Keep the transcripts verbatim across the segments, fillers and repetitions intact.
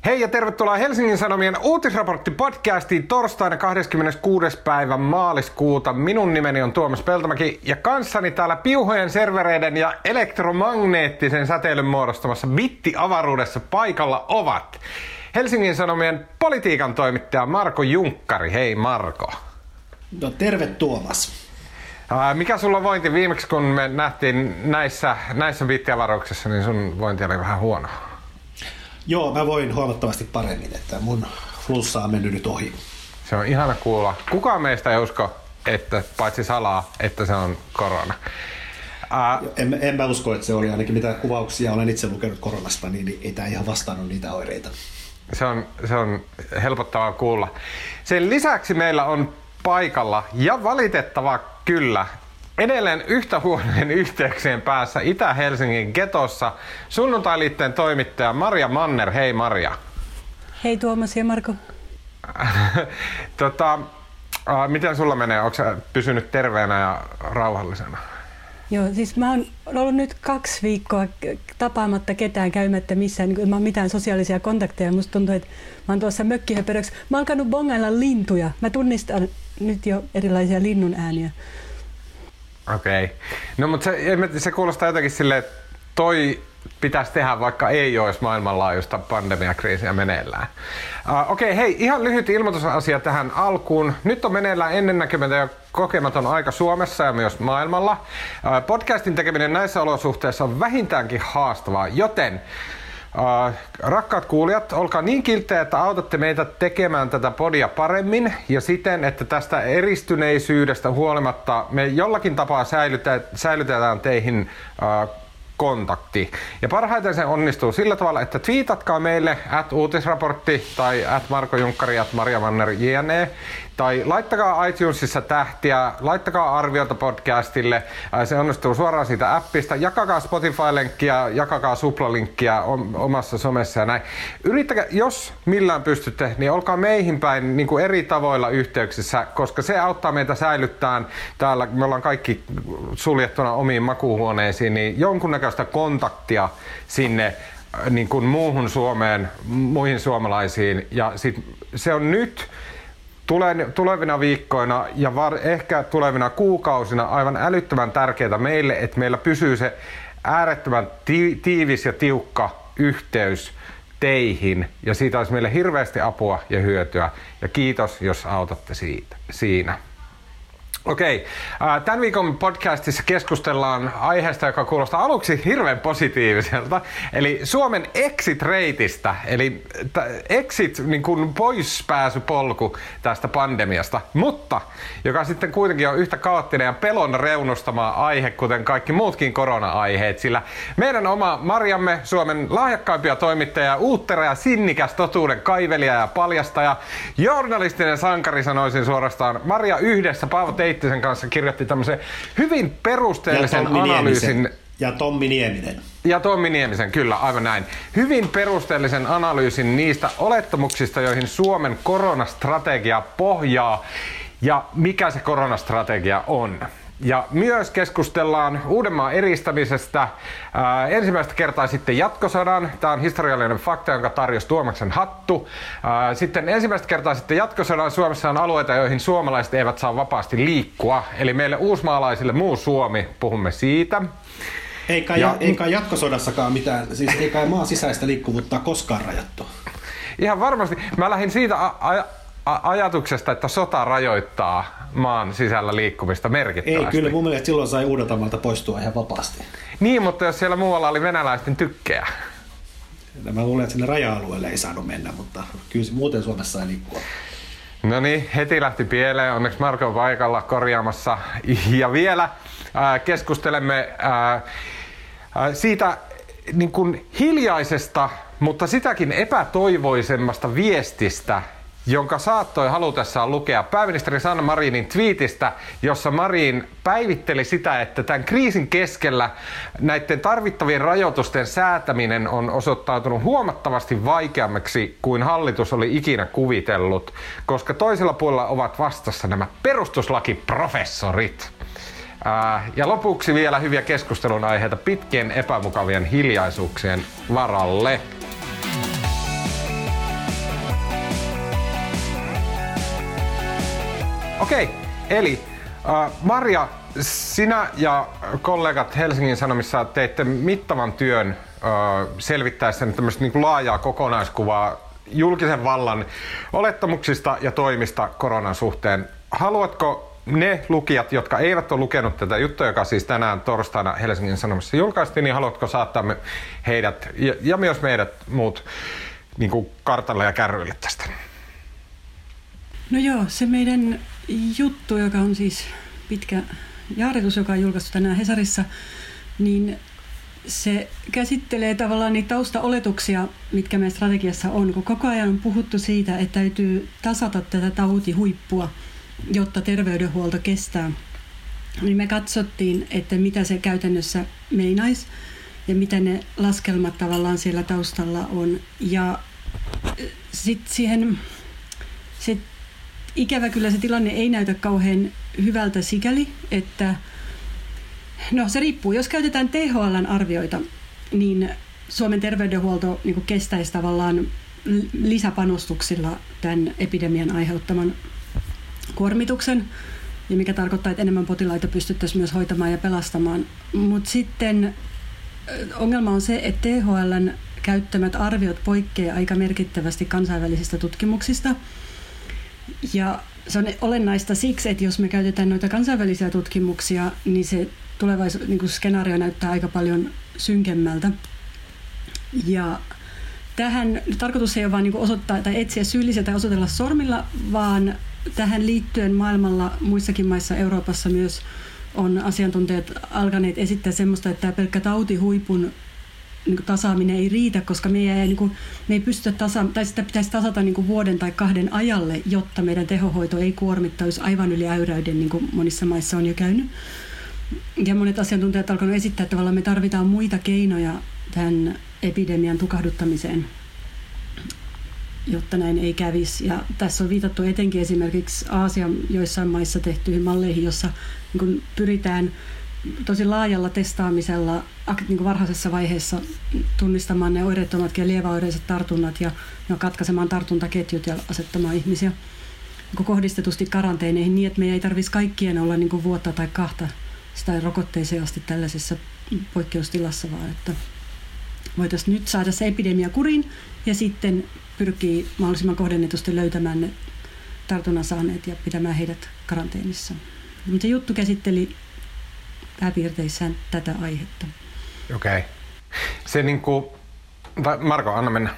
Hei ja tervetuloa Helsingin Sanomien uutisraportti-podcastiin torstaina kahdeskymmeneskuudes päivä maaliskuuta. Minun nimeni on Tuomas Peltomäki ja kanssani täällä piuhojen servereiden ja elektromagneettisen säteilyn muodostamassa bitti-avaruudessa paikalla ovat Helsingin Sanomien politiikan toimittaja Marko Junkkari. Hei Marko. No terve Tuomas. Ää, mikä sulla on vointi? Viimeksi kun me nähtiin näissä, näissä bitti-avaruuksissa, niin sun vointi oli vähän huono. Joo, mä voin huomattavasti paremmin, että mun flunssa on mennyt nyt ohi. Se on ihana kuulla. Kukaan meistä ei usko, että paitsi salaa, että se on korona. Ää... En, en mä usko, että se oli ainakin mitä kuvauksia olen itse lukenut koronasta, niin ei tää ihan vastannut niitä oireita. Se on, se on helpottavaa kuulla. Sen lisäksi meillä on paikalla ja valitettavaa kyllä edelleen yhtä huonojen yhteyksien päässä Itä-Helsingin getossa Sunnuntailiitteen toimittaja Maria Manner. Hei Maria. Hei Tuomas ja Marko. tota, äh, miten sulla menee? Onko sä pysynyt terveenä ja rauhallisena? Joo, siis mä oon ollut nyt kaksi viikkoa tapaamatta ketään, käymättä missään. Niin mä oon mitään sosiaalisia kontakteja. Musta tuntuu, että mä oon tuossa mökkihöperöksi. Mä oon alkanut bongailla lintuja. Mä tunnistan nyt jo erilaisia linnun ääniä. Okei. Okay. No mutta se, se kuulostaa jotenkin silleen, että toi pitäisi tehdä, vaikka ei olisi maailmanlaajuista pandemiakriisiä meneillään. Uh, Okei, okay, hei, ihan lyhyt ilmoitusasia tähän alkuun. Nyt on meneillään ennennäkemätön ja kokematon aika Suomessa ja myös maailmalla. Uh, podcastin tekeminen näissä olosuhteissa on vähintäänkin haastavaa, joten Uh, rakkaat kuulijat, olkaa niin kilttejä, että autatte meitä tekemään tätä podia paremmin ja siten, että tästä eristyneisyydestä huolimatta me jollakin tapaa säilytetään, säilytetään teihin uh, kontakti. Ja parhaiten se onnistuu sillä tavalla, että twiitatkaa meille at uutisraportti tai at Marko Junkkari, at Maria Manner jne. Tai laittakaa iTunesissa tähtiä, laittakaa arviota podcastille, se onnistuu suoraan siitä appista, jakakaa Spotify-lenkkiä, jakakaa Supla-linkkiä omassa somessa ja näin. Yrittäkää, jos millään pystytte, niin olkaa meihin päin niin kuin eri tavoilla yhteyksissä, koska se auttaa meitä säilyttämään täällä, me ollaan kaikki suljettuna omiin makuuhuoneisiin, niin jonkunnäköistä kontaktia sinne niin kuin muuhun Suomeen, muihin suomalaisiin ja sit se on nyt tulevina viikkoina ja var, ehkä tulevina kuukausina aivan älyttömän tärkeää meille, että meillä pysyy se äärettömän ti- tiivis ja tiukka yhteys teihin ja siitä olisi meille hirveästi apua ja hyötyä ja kiitos, jos autatte siitä, siinä. Okei, tämän viikon podcastissa keskustellaan aiheesta, joka kuulostaa aluksi hirveän positiiviselta, eli Suomen exit-reitistä, eli exit niin kuin poispääsypolku tästä pandemiasta, mutta joka sitten kuitenkin on yhtä kaoottinen ja pelon reunustama aihe, kuten kaikki muutkin korona-aiheet, sillä meidän oma Marjamme, Suomen lahjakkaimpia toimittajia, uuttera ja sinnikäs totuuden kaivelija ja paljastaja, journalistinen sankari sanoisin suorastaan, Maria yhdessä Paavo Teittisen kanssa kirjoitti tämmöisen hyvin perusteellisen ja analyysin. Ja Tommi Nieminen. Ja Tommi Niemisen, kyllä, aivan näin. Hyvin perusteellisen analyysin niistä olettamuksista, joihin Suomen koronastrategia pohjaa ja mikä se koronastrategia on. Ja myös keskustellaan Uudenmaan eristämisestä. Ää, ensimmäistä kertaa sitten jatkosodan. Tämä on historiallinen fakta, jonka tarjosi Tuomaksen hattu. Ää, sitten ensimmäistä kertaa sitten jatkosodan Suomessa on alueita, joihin suomalaiset eivät saa vapaasti liikkua. Eli meille uusmaalaisille muu Suomi, puhumme siitä. Eikä, ja, eikä jatkosodassakaan mitään, siis eikä maan sisäistä liikkuvuutta koskaan rajattu. Ihan varmasti. Mä lähdin siitä a- a- ajatuksesta, että sota rajoittaa maan sisällä liikkumista merkittävästi. Ei, kyllä mun mielestä silloin sai Uudeltamaalta poistua ihan vapaasti. Niin, mutta jos siellä muualla oli venäläisten tykkejä. Mä luulen, että sinne raja-alueelle ei saanut mennä, mutta kyllä muuten Suomessa ei liikkua. No niin, heti lähti pieleen. Onneksi Marko on paikalla korjaamassa. Ja vielä ää, keskustelemme ää, siitä niin kuin hiljaisesta, mutta sitäkin epätoivoisemmasta viestistä, jonka saattoi halutessaan lukea pääministeri Sanna Marinin twiitistä, jossa Marin päivitteli sitä, että tämän kriisin keskellä näiden tarvittavien rajoitusten säätäminen on osoittautunut huomattavasti vaikeammaksi kuin hallitus oli ikinä kuvitellut, koska toisella puolella ovat vastassa nämä perustuslakiprofessorit. Ja lopuksi vielä hyviä keskustelun aiheita pitkien epämukavien hiljaisuuksien varalle. Okei, eli äh, Marja, sinä ja kollegat Helsingin Sanomissa teitte mittavan työn äh, selvittäessä tämmöistä niin kuin laajaa kokonaiskuvaa julkisen vallan olettamuksista ja toimista koronan suhteen. Haluatko ne lukijat, jotka eivät ole lukenut tätä juttua, joka siis tänään torstaina Helsingin Sanomissa julkaistiin, niin haluatko saattaa me heidät ja, ja myös meidät muut niin kuin kartalle ja kärryille tästä? No joo, se meidän juttu, joka on siis pitkä jaaritus, joka on julkaistu tänään Hesarissa, niin se käsittelee tavallaan niitä taustaoletuksia, mitkä meidän strategiassa on, kun koko ajan on puhuttu siitä, että täytyy tasata tätä tautihuippua, jotta terveydenhuolto kestää. Niin me katsottiin, että mitä se käytännössä meinaisi ja mitä ne laskelmat tavallaan siellä taustalla on. Ja sitten siihen, sit ikävä kyllä se tilanne ei näytä kauhean hyvältä sikäli, että no se riippuu. Jos käytetään T H L:n arvioita, niin Suomen terveydenhuolto niin kuin kestäisi tavallaan lisäpanostuksilla tämän epidemian aiheuttaman kuormituksen, ja mikä tarkoittaa, että enemmän potilaita pystyttäisiin myös hoitamaan ja pelastamaan. Mutta sitten ongelma on se, että T H L:n käyttämät arviot poikkeaa aika merkittävästi kansainvälisistä tutkimuksista. Ja se on olennaista siksi, että jos me käytetään noita kansainvälisiä tutkimuksia, niin se tulevaisuus, niin kuin skenaario näyttää aika paljon synkemmältä. Ja tähän tarkoitus ei ole vain niin kuin osoittaa tai etsiä syyllisiä tai osoitella sormilla, vaan tähän liittyen maailmalla, muissakin maissa Euroopassa myös on asiantuntijat alkaneet esittää semmoista, että tämä pelkkä tautihuipun niin kuin tasaaminen ei riitä, koska me ei, niin kuin, me ei pystytä tasa, tai sitä pitäisi tasata niin kuin vuoden tai kahden ajalle, jotta meidän tehohoito ei kuormittaisi aivan yli äyräyden, niin kuin monissa maissa on jo käynyt. Ja monet asiantuntijat alkaneet esittää, että me tarvitaan muita keinoja tämän epidemian tukahduttamiseen, jotta näin ei kävisi. Ja tässä on viitattu etenkin esimerkiksi Aasian joissain maissa tehtyihin malleihin, jossa niin kun pyritään tosi laajalla testaamisella niin kuin varhaisessa vaiheessa tunnistamaan ne oireettomatkin ja lieväoireiset tartunnat ja no, katkaisemaan tartuntaketjut ja asettamaan ihmisiä niin kohdistetusti karanteeneihin niin, että meidän ei tarvitsisi kaikkien olla niin kuin vuotta tai kahta sitä rokotteeseen asti tällaisessa poikkeustilassa, vaan että voitaisiin nyt saada se epidemia kuriin ja sitten pyrkii mahdollisimman kohdennetusti löytämään ne tartunnan saaneet ja pitämään heidät karanteenissa. Mutta juttu käsitteli pääpiirteissään tätä aihetta. Okei. Okay. Se niinku... Marko, anna mennä.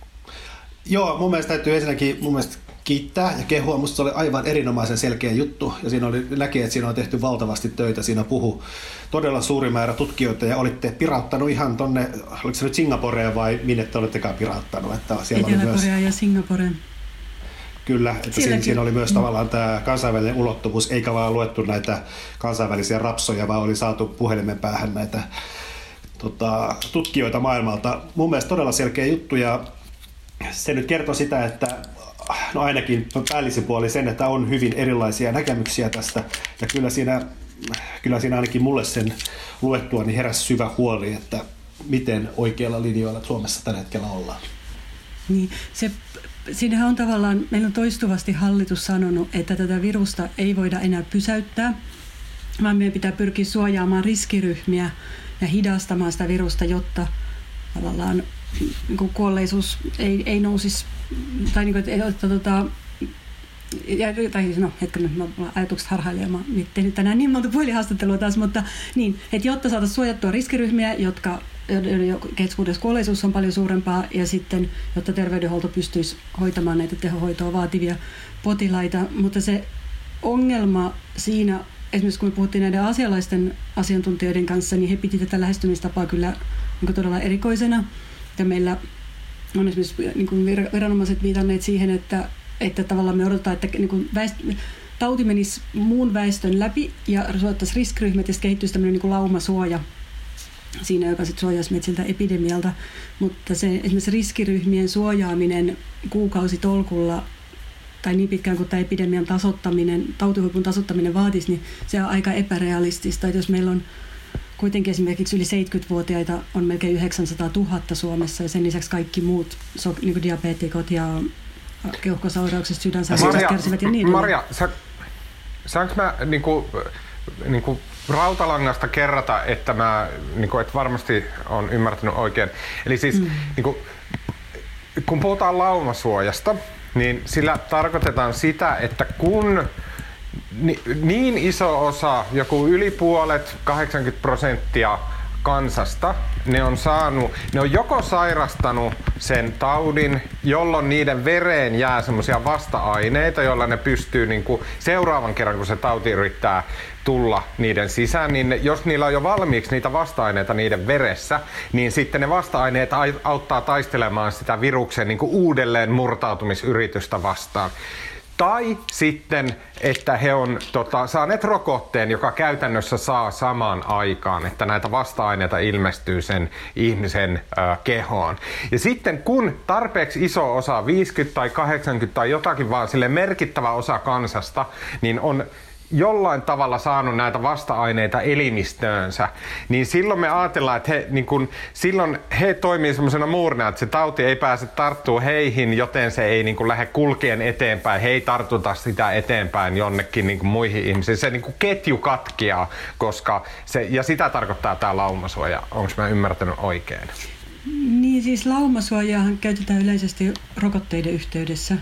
Joo, mun mielestä täytyy ensinnäkin mun mielestä kiittää ja kehua. Musta se oli aivan erinomaisen selkeä juttu ja siinä oli, näki, että siinä on tehty valtavasti töitä. Siinä puhu todella suuri määrä tutkijoita ja olitte pirauttanut ihan tonne, oliko se nyt Singaporeen vai minne te olettekaan pirauttanut? Että siellä oli myös... ja Singaporeen. Kyllä, että siinä, siinä oli myös tavallaan tämä kansainvälinen ulottuvuus, eikä vaan luettu näitä kansainvälisiä rapsoja, vaan oli saatu puhelimen päähän näitä tota, tutkijoita maailmalta. Mun mielestä todella selkeä juttu ja se nyt kertoo sitä, että no ainakin päällisin puoli sen, että on hyvin erilaisia näkemyksiä tästä ja kyllä siinä, kyllä siinä ainakin mulle sen luettua niin heräsi syvä huoli, että miten oikealla linjoilla Suomessa tällä hetkellä ollaan. Niin, se, siinähän on tavallaan, meillä on toistuvasti hallitus sanonut, että tätä virusta ei voida enää pysäyttää, vaan meidän pitää pyrkiä suojaamaan riskiryhmiä ja hidastamaan sitä virusta, jotta tavallaan niin kuolleisuus ei, ei nousisi, tai niin kuin, että tota, ja, tai no hetken, mä ajatukset harhailemaan, mä en tehnyt tänään niin monta puhelihaastattelua taas, mutta niin, että jotta saataisiin suojattua riskiryhmiä, jotka keskuudessa kuolleisuus on paljon suurempaa ja sitten, jotta terveydenhuolto pystyisi hoitamaan näitä tehohoitoa vaativia potilaita, mutta se ongelma siinä, esimerkiksi kun me puhuttiin näiden asialaisten asiantuntijoiden kanssa, niin he piti tätä lähestymistapaa kyllä niin todella erikoisena. Ja meillä on esimerkiksi niin kuin viranomaiset viitanneet siihen, että, että tavallaan me odotetaan, että niin kuin väest, tauti menisi muun väestön läpi ja suojattaisiin riskiryhmät ja sitten kehittyisi tämmöinen niin kuin laumasuoja siinä, joka sitten suojaisi meitä siltä epidemialta. Mutta se esimerkiksi riskiryhmien suojaaminen kuukausitolkulla tai niin pitkään kuin tämä epidemian tasoittaminen, tautihuipun tasoittaminen vaatisi, niin se on aika epärealistista. Että jos meillä on kuitenkin esimerkiksi yli seitsemänkymmentävuotiaita on melkein yhdeksänsataatuhatta Suomessa ja sen lisäksi kaikki muut niin kuin diabeetikot ja keuhkosairauksista, sydänsairauksista kärsivät ja niin. Marja, sä, saanko mä niinku, niinku rautalangasta kerrata, että mä niinku, et varmasti on ymmärtänyt oikein. Eli siis mm. niinku, kun puhutaan laumasuojasta, niin sillä tarkoitetaan sitä, että kun niin iso osa, joku yli puolet, kahdeksankymmentä prosenttia kansasta, ne on saanut, ne on joko sairastanut sen taudin, jolloin niiden vereen jää semmoisia vasta-aineita, joilla ne pystyy niin kuin seuraavan kerran, kun se tauti yrittää tulla niiden sisään, niin jos niillä on jo valmiiksi niitä vasta-aineita niiden veressä, niin sitten ne vasta-aineet auttaa taistelemaan sitä viruksen niin kuin uudelleen murtautumisyritystä vastaan. Tai sitten, että he on tota, saaneet rokotteen, joka käytännössä saa samaan aikaan, että näitä vasta-aineita ilmestyy sen ihmisen ö, kehoon. Ja sitten kun tarpeeksi iso osa, viisikymmentä tai kahdeksankymmentä tai jotakin vaan sille merkittävä osa kansasta, niin on jollain tavalla saanut näitä vasta-aineita elimistöönsä, niin silloin me ajatellaan, että he, niin kun, silloin he toimii semmoisena muurina, että se tauti ei pääse tarttua heihin, joten se ei niin kun, lähde kulkien eteenpäin, he ei tartuta sitä eteenpäin jonnekin niin kun, muihin ihmisiin. Se niin kun, ketju katkeaa, koska se, ja sitä tarkoittaa tämä laumasuoja. Onko mä ymmärtänyt oikein? Niin siis laumasuojaahan käytetään yleisesti rokotteiden yhteydessä.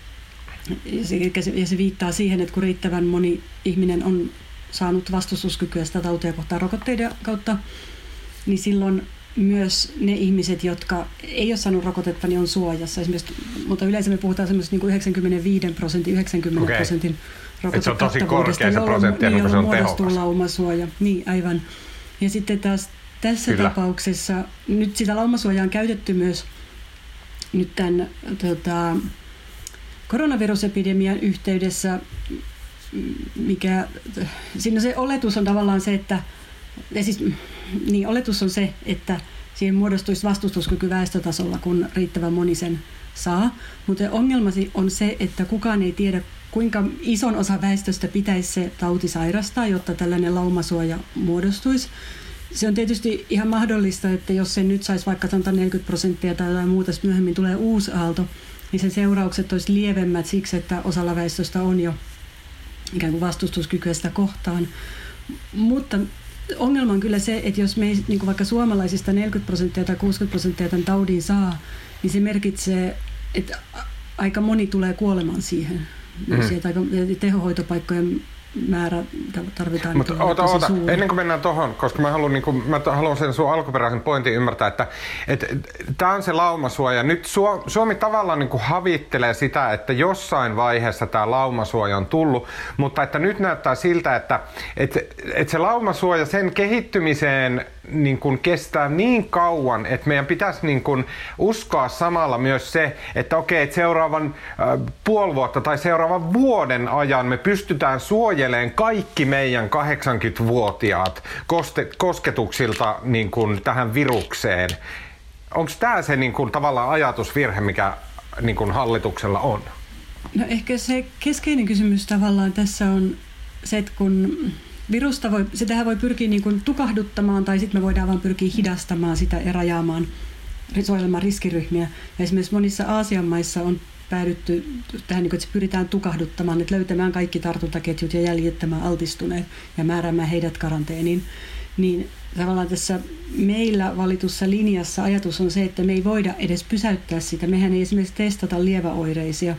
Ja se viittaa siihen, että kun riittävän moni ihminen on saanut vastustuskykyä sitä tautia kohtaan rokotteiden kautta, niin silloin myös ne ihmiset, jotka ei ole saanut rokotetta, niin on suojassa. Esimerkiksi, mutta yleensä me puhutaan semmoista niin yhdeksänkymmentäviisi prosentin, yhdeksänkymmentä okay. prosentin rokotekattavuudesta, jolloin, jolloin se on muodostuu tehokas. Laumasuoja. Niin, aivan. Ja sitten taas tässä Kyllä. tapauksessa, nyt sitä laumasuojaa on käytetty myös nyt tämän tota, koronavirusepidemian yhteydessä, mikä, siinä se oletus on tavallaan se, että, siis, niin oletus on se, että siihen muodostuisi vastustuskyky väestötasolla, kun riittävän moni sen saa. Mutta ongelma on se, että kukaan ei tiedä, kuinka ison osa väestöstä pitäisi se tauti sairastaa, jotta tällainen laumasuoja muodostuisi. Se on tietysti ihan mahdollista, että jos se nyt saisi vaikka neljäkymmentä prosenttia tai jotain muuta, myöhemmin tulee uusi aalto, niin sen seuraukset olisi lievemmät siksi, että osalla väestöstä on jo ikään kuin vastustuskykyä sitä kohtaan. Mutta ongelma on kyllä se, että jos me niin kuin vaikka suomalaisista neljäkymmentä prosenttia tai kuusikymmentä prosenttia tämän taudin saa, niin se merkitsee, että aika moni tulee kuolemaan siihen. Mm. Sieltä aika tehohoitopaikkojen määrä tarvitaan. Mutta oota, oota. Suuri. Ennen kuin mennään tohon, koska mä haluan, niin kuin, mä haluan sen sun alkuperäisen pointin ymmärtää, että tämä on se laumasuoja. Nyt Suomi tavallaan niin kuin havittelee sitä, että jossain vaiheessa tämä laumasuoja on tullut, mutta että nyt näyttää siltä, että, että, että se laumasuoja sen kehittymiseen niin kuin kestää niin kauan, että meidän pitäisi niin kuin uskoa samalla myös se, että okei, että seuraavan äh, puoli vuotta tai seuraavan vuoden ajan me pystytään suojelemaan kaikki meidän kahdeksankymmentävuotiaat kosketuksilta niin kuin tähän virukseen. Onko tämä se niin kuin, tavallaan ajatusvirhe, mikä niin kuin hallituksella on? No ehkä se keskeinen kysymys tavallaan tässä on se, että kun virusta voi, sitähän voi pyrkiä niin kuin tukahduttamaan tai sitten me voidaan vaan pyrkiä hidastamaan sitä ja rajaamaan, suojelemaan riskiryhmiä. Ja esimerkiksi monissa Aasian maissa on päädytty tähän, että se pyritään tukahduttamaan, että löytämään kaikki tartuntaketjut ja jäljittämään altistuneet ja määräämään heidät karanteeniin. Niin tavallaan tässä meillä valitussa linjassa ajatus on se, että me ei voida edes pysäyttää sitä. Mehän ei esimerkiksi testata lieväoireisia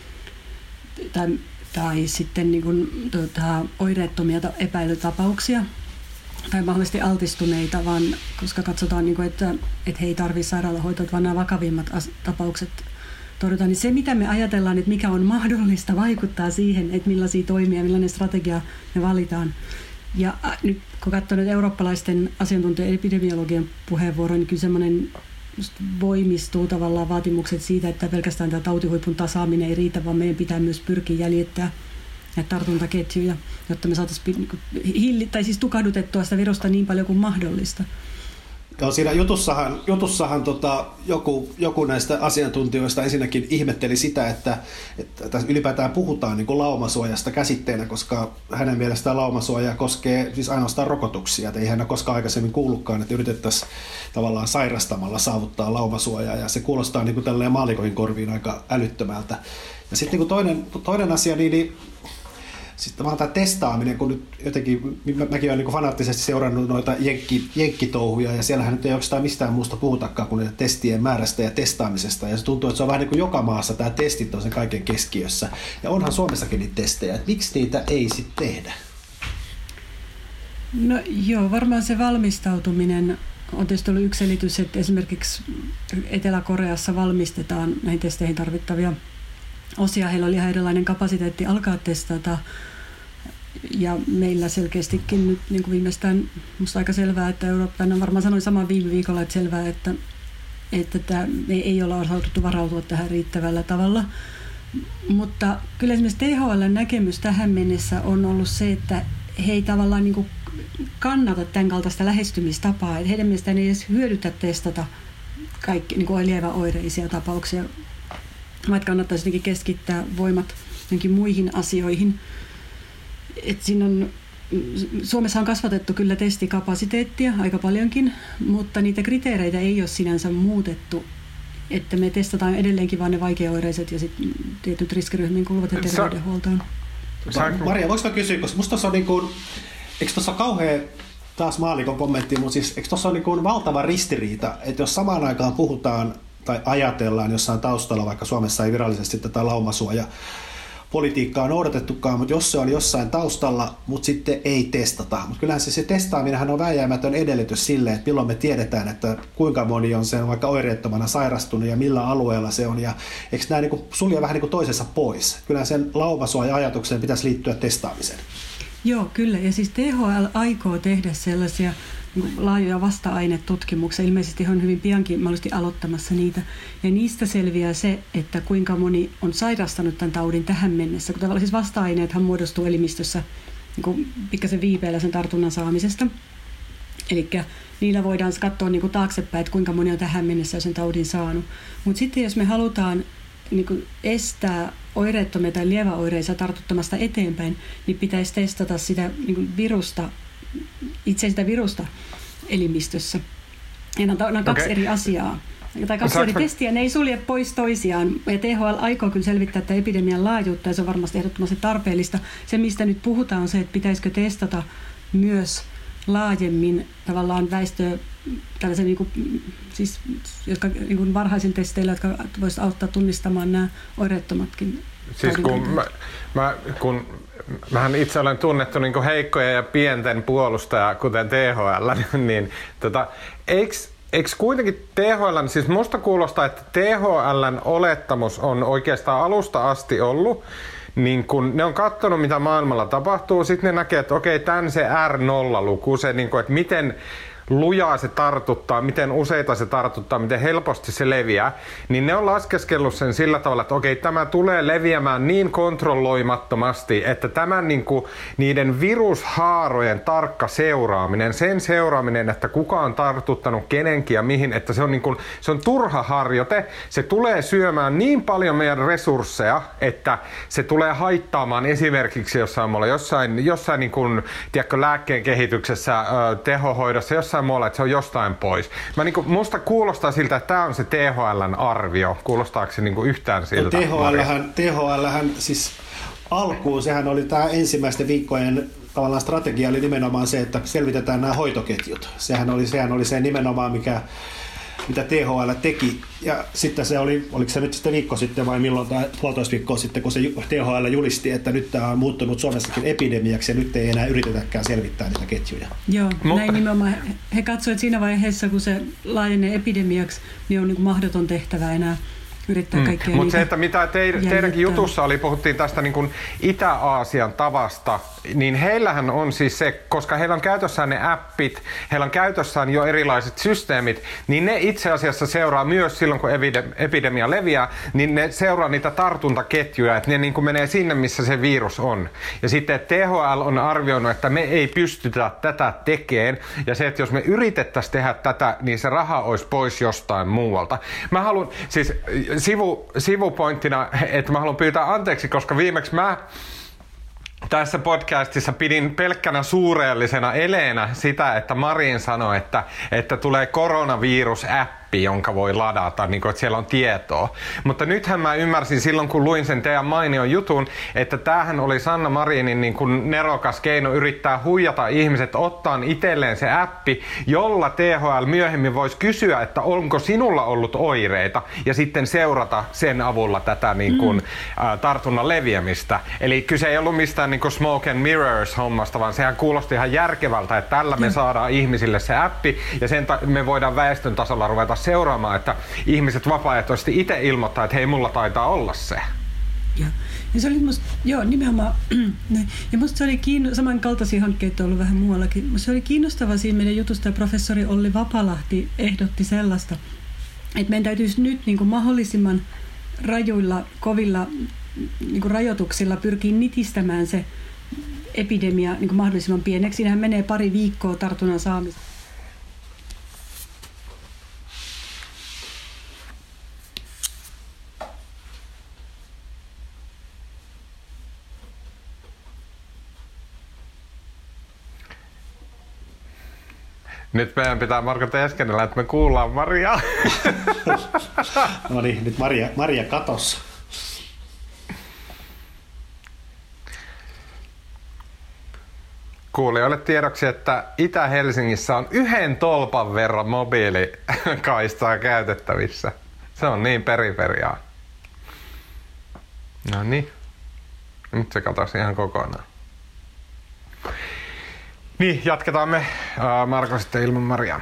tai, tai sitten niin kuin, tuota, oireettomia epäilytapauksia tai mahdollisesti altistuneita, vaan koska katsotaan, niin kuin, että, että he ei tarvitse sairaalahoitoa, vaan nämä vakavimmat tapaukset torjutaan, niin se mitä me ajatellaan, että mikä on mahdollista, vaikuttaa siihen, että millaisia toimia, millainen strategia me valitaan. Ja nyt kun katsoo nyt eurooppalaisten asiantuntijoiden epidemiologian puheenvuoroa, niin kyllä semmoinen voimistuu tavallaan vaatimukset siitä, että pelkästään tämä tautihuipun tasaaminen ei riitä, vaan meidän pitää myös pyrkiä jäljittää näitä tartuntaketjuja, jotta me saataisiin hilli, tai siis tukahdutettua sitä virusta niin paljon kuin mahdollista. Joo, siinä jutussahan, jutussahan tota, joku, joku näistä asiantuntijoista ensinnäkin ihmetteli sitä, että, että ylipäätään puhutaan niin kuin laumasuojasta käsitteenä, koska hänen mielestään laumasuoja koskee siis ainoastaan rokotuksia. Ei hän ole koskaan aikaisemmin kuullutkaan, että yritettäisiin tavallaan sairastamalla saavuttaa laumasuojaa, ja se kuulostaa niin kuin tälleen maalikoin korviin aika älyttömältä. Ja sitten niin kuin toinen, toinen asia, niin, niin Sitten vaan tämä testaaminen, kun nyt jotenkin, mä, mäkin olen niin fanaattisesti seurannut noita jenkki, jenkkitouhuja, ja siellähän nyt ei oikeastaan mistään muusta puhutakaan kuin testien määrästä ja testaamisesta, ja se tuntuu, että se on vähän niin kuin joka maassa, tämä testit on sen kaiken keskiössä, ja onhan Suomessakin niitä testejä, että miksi niitä ei sitten tehdä? No joo, varmaan se valmistautuminen on tietysti ollut yksi selitys, että esimerkiksi Etelä-Koreassa valmistetaan näihin testeihin tarvittavia osia. Heillä oli ihan erilainen kapasiteetti alkaa testata. Ja meillä selkeästikin nyt niin kuin viimeistään musta aika selvää, että Eurooppa, on varmaan sanoin saman viime viikolla, että selvää, että, että tämä, me ei olla osaututtu varautua tähän riittävällä tavalla. Mutta kyllä esimerkiksi T H L:n näkemys tähän mennessä on ollut se, että he ei tavallaan niin kuin kannata tämän kaltaista lähestymistapaa. Että heidän mielestään ei edes hyödytä testata kaikki niin kuin lieväoireisia tapauksia, vaikka kannattaisi jotenkin keskittää voimat jonkin muihin asioihin. Et siinä on, Suomessa on kasvatettu kyllä testikapasiteettia aika paljonkin, mutta niitä kriteereitä ei ole sinänsä muutettu. Että me testataan edelleenkin vain ne vaikeaoireiset ja sitten tietyt riskiryhmiin kuuluvat ja terveydenhuoltoon. Maria, voiko mä kysyä, koska musta tuossa on niin kuin, eikö tuossa kauhean, taas maallikon kommentti, mutta siis eikö tuossa on niin kuin valtava ristiriita, että jos samaan aikaan puhutaan tai ajatellaan jossain taustalla, vaikka Suomessa ei virallisesti tätä laumasuoja politiikkaa on noudatettukaan, mutta jos se on jossain taustalla, mutta sitten ei testata. Mutta kyllähän se, se testaaminenhan on vääjäämätön edellytys sille, että milloin me tiedetään, että kuinka moni on sen vaikka oireettomana sairastunut ja millä alueella se on. Ja eikö nämä niin kuin sulje vähän niin kuin toisensa pois? Kyllähän sen laumasuoja-ajatukseen pitäisi liittyä testaamiseen. Joo, kyllä. Ja siis T H L aikoo tehdä sellaisia laajoja vasta-ainetutkimuksia. Ilmeisesti on hyvin piankin mahdollisesti aloittamassa niitä. Ja niistä selviää se, että kuinka moni on sairastanut tämän taudin tähän mennessä. Kun tavallaan siis vasta-aineethan muodostuu elimistössä niin pikkasen viipeellä sen tartunnan saamisesta. Eli niillä voidaan katsoa niin kuin taaksepäin, että kuinka moni on tähän mennessä sen taudin saanut. Mutta sitten jos me halutaan niin kuin estää oireettomia tai lieväoireisia tartuttamasta eteenpäin, niin pitäisi testata sitä niin kuin virusta, itse sitä virusta elimistössä. Ja nämä on kaksi okay. eri asiaa. Tai kaksi eri testiä, ne ei sulje pois toisiaan. Ja T H L aikoo kyllä selvittää tämän epidemian laajuutta, ja se on varmasti ehdottomasti tarpeellista. Se, mistä nyt puhutaan, on se, että pitäisikö testata myös laajemmin tavallaan väestöä, tällaisen niin kuin, siis, jotka niin kuin varhaisin testeillä, jotka voisivat auttaa tunnistamaan nämä oireettomatkin. Siis kun, mä, mä, kun mähän itse olen tunnettu niin kuin heikkojen ja pienten puolustaja, kuten T H L, niin tota, eikö Eikö kuitenkin T H L, siis musta kuulostaa, että T H L:n olettamus on oikeastaan alusta asti ollut, niin kun ne on katsonut, mitä maailmalla tapahtuu, sitten ne näkee, että okei, tämän se R nolla -luku, se, niin kun, että miten lujaa se tartuttaa, miten useita se tartuttaa, miten helposti se leviää, niin ne on laskeskellut sen sillä tavalla, että okei, tämä tulee leviämään niin kontrolloimattomasti, että tämän niin kuin, niiden virushaarojen tarkka seuraaminen, sen seuraaminen, että kuka on tartuttanut kenenkin ja mihin, että se on, niin kuin, se on turha harjoite, se tulee syömään niin paljon meidän resursseja, että se tulee haittaamaan esimerkiksi jossain muualla, jossain, jossain niin kuin, tiedätkö, lääkkeen kehityksessä, tehohoidossa, jossain muualla, että se on jostain pois. Mä niinku, musta kuulostaa siltä, että tämä on se T H L:n arvio. Kuulostaako se niinku yhtään siltä? No, T H L:hän, T H L:hän siis alkuun, sehän oli tämä ensimmäisten viikkojen tavallaan strategia oli nimenomaan se, että selvitetään nämä hoitoketjut. Sehän oli, sehän oli se nimenomaan, mikä, mitä T H L teki. Ja sitten se oli, oliko se nyt sitten viikko sitten vai milloin, tai puolitoista viikkoa sitten, kun se T H L julisti, että nyt tämä on muuttunut Suomessakin epidemiaksi ja nyt ei enää yritetäkään selvittää niitä ketjuja. Joo, Mutta... näin nimenomaan. He katsoivat, että siinä vaiheessa, kun se laajenee epidemiaksi, niin on niin kuin mahdoton tehtävä enää yrittää kaikkea mm. Mutta se, että mitä teid, teidänkin jutussa oli, puhuttiin tästä niin kuin Itä-Aasian tavasta, niin heillähän on siis se, koska heillä on käytössään ne appit, heillä on käytössään jo erilaiset systeemit, niin ne itse asiassa seuraa myös silloin, kun epidemia leviää, niin ne seuraa niitä tartuntaketjuja, että ne niin kuin menee sinne, missä se virus on. Ja sitten T H L on arvioinut, että me ei pystytä tätä tekemään, ja se, että jos me yritettäisiin tehdä tätä, niin se raha olisi pois jostain muualta. Mä haluan, siis sivu, sivupointtina, että mä haluan pyytää anteeksi, koska viimeksi mä tässä podcastissa pidin pelkkänä suureellisena eleenä sitä, että Marin sanoi, että, että tulee koronavirus-appi appi, jonka voi ladata, niin kuin, että siellä on tietoa. Mutta nythän mä ymmärsin silloin, kun luin sen teidän mainion jutun, että tämähän oli Sanna Marinin niin kuin nerokas keino yrittää huijata ihmiset ottaa itselleen se appi, jolla T H L myöhemmin voisi kysyä, että onko sinulla ollut oireita ja sitten seurata sen avulla tätä niin kuin, mm. ä, tartunnan leviämistä. Eli kyse ei ollut mistään niin kuin smoke and mirrors hommasta, vaan sehän kuulosti ihan järkevältä, että tällä me saadaan ihmisille se appi ja sen ta- me voidaan väestön tasolla ruveta seuraamaan, että ihmiset vapaaehtoisesti itse ilmoittaa, että hei, mulla taitaa olla se. Ja, ja se oli musta, joo, nimenomaan, ja musta se oli kiinno, samankaltaisia hankkeita on ollut vähän muuallakin. Musta se oli kiinnostavaa siinä meidän jutusta, että professori Olli Vapalahti ehdotti sellaista, että meidän täytyisi nyt niin kuin mahdollisimman rajuilla, kovilla niin kuin rajoituksilla pyrkiä nitistämään se epidemia niin kuin mahdollisimman pieneksi. Siinähän menee pari viikkoa tartunnan saamista. Nyt meidän pitää Marko teeskennellä, että me kuullaan Mariaa. No niin, nyt Maria, Maria katos. Kuulijoille tiedoksi, että Itä-Helsingissä on yhden tolpan verran mobiilikaistaa käytettävissä. Se on niin periferiaa. No niin. Nyt se katosi ihan kokonaan. Niin, jatketaan me, uh, Marko, sitten ilman Mariaa.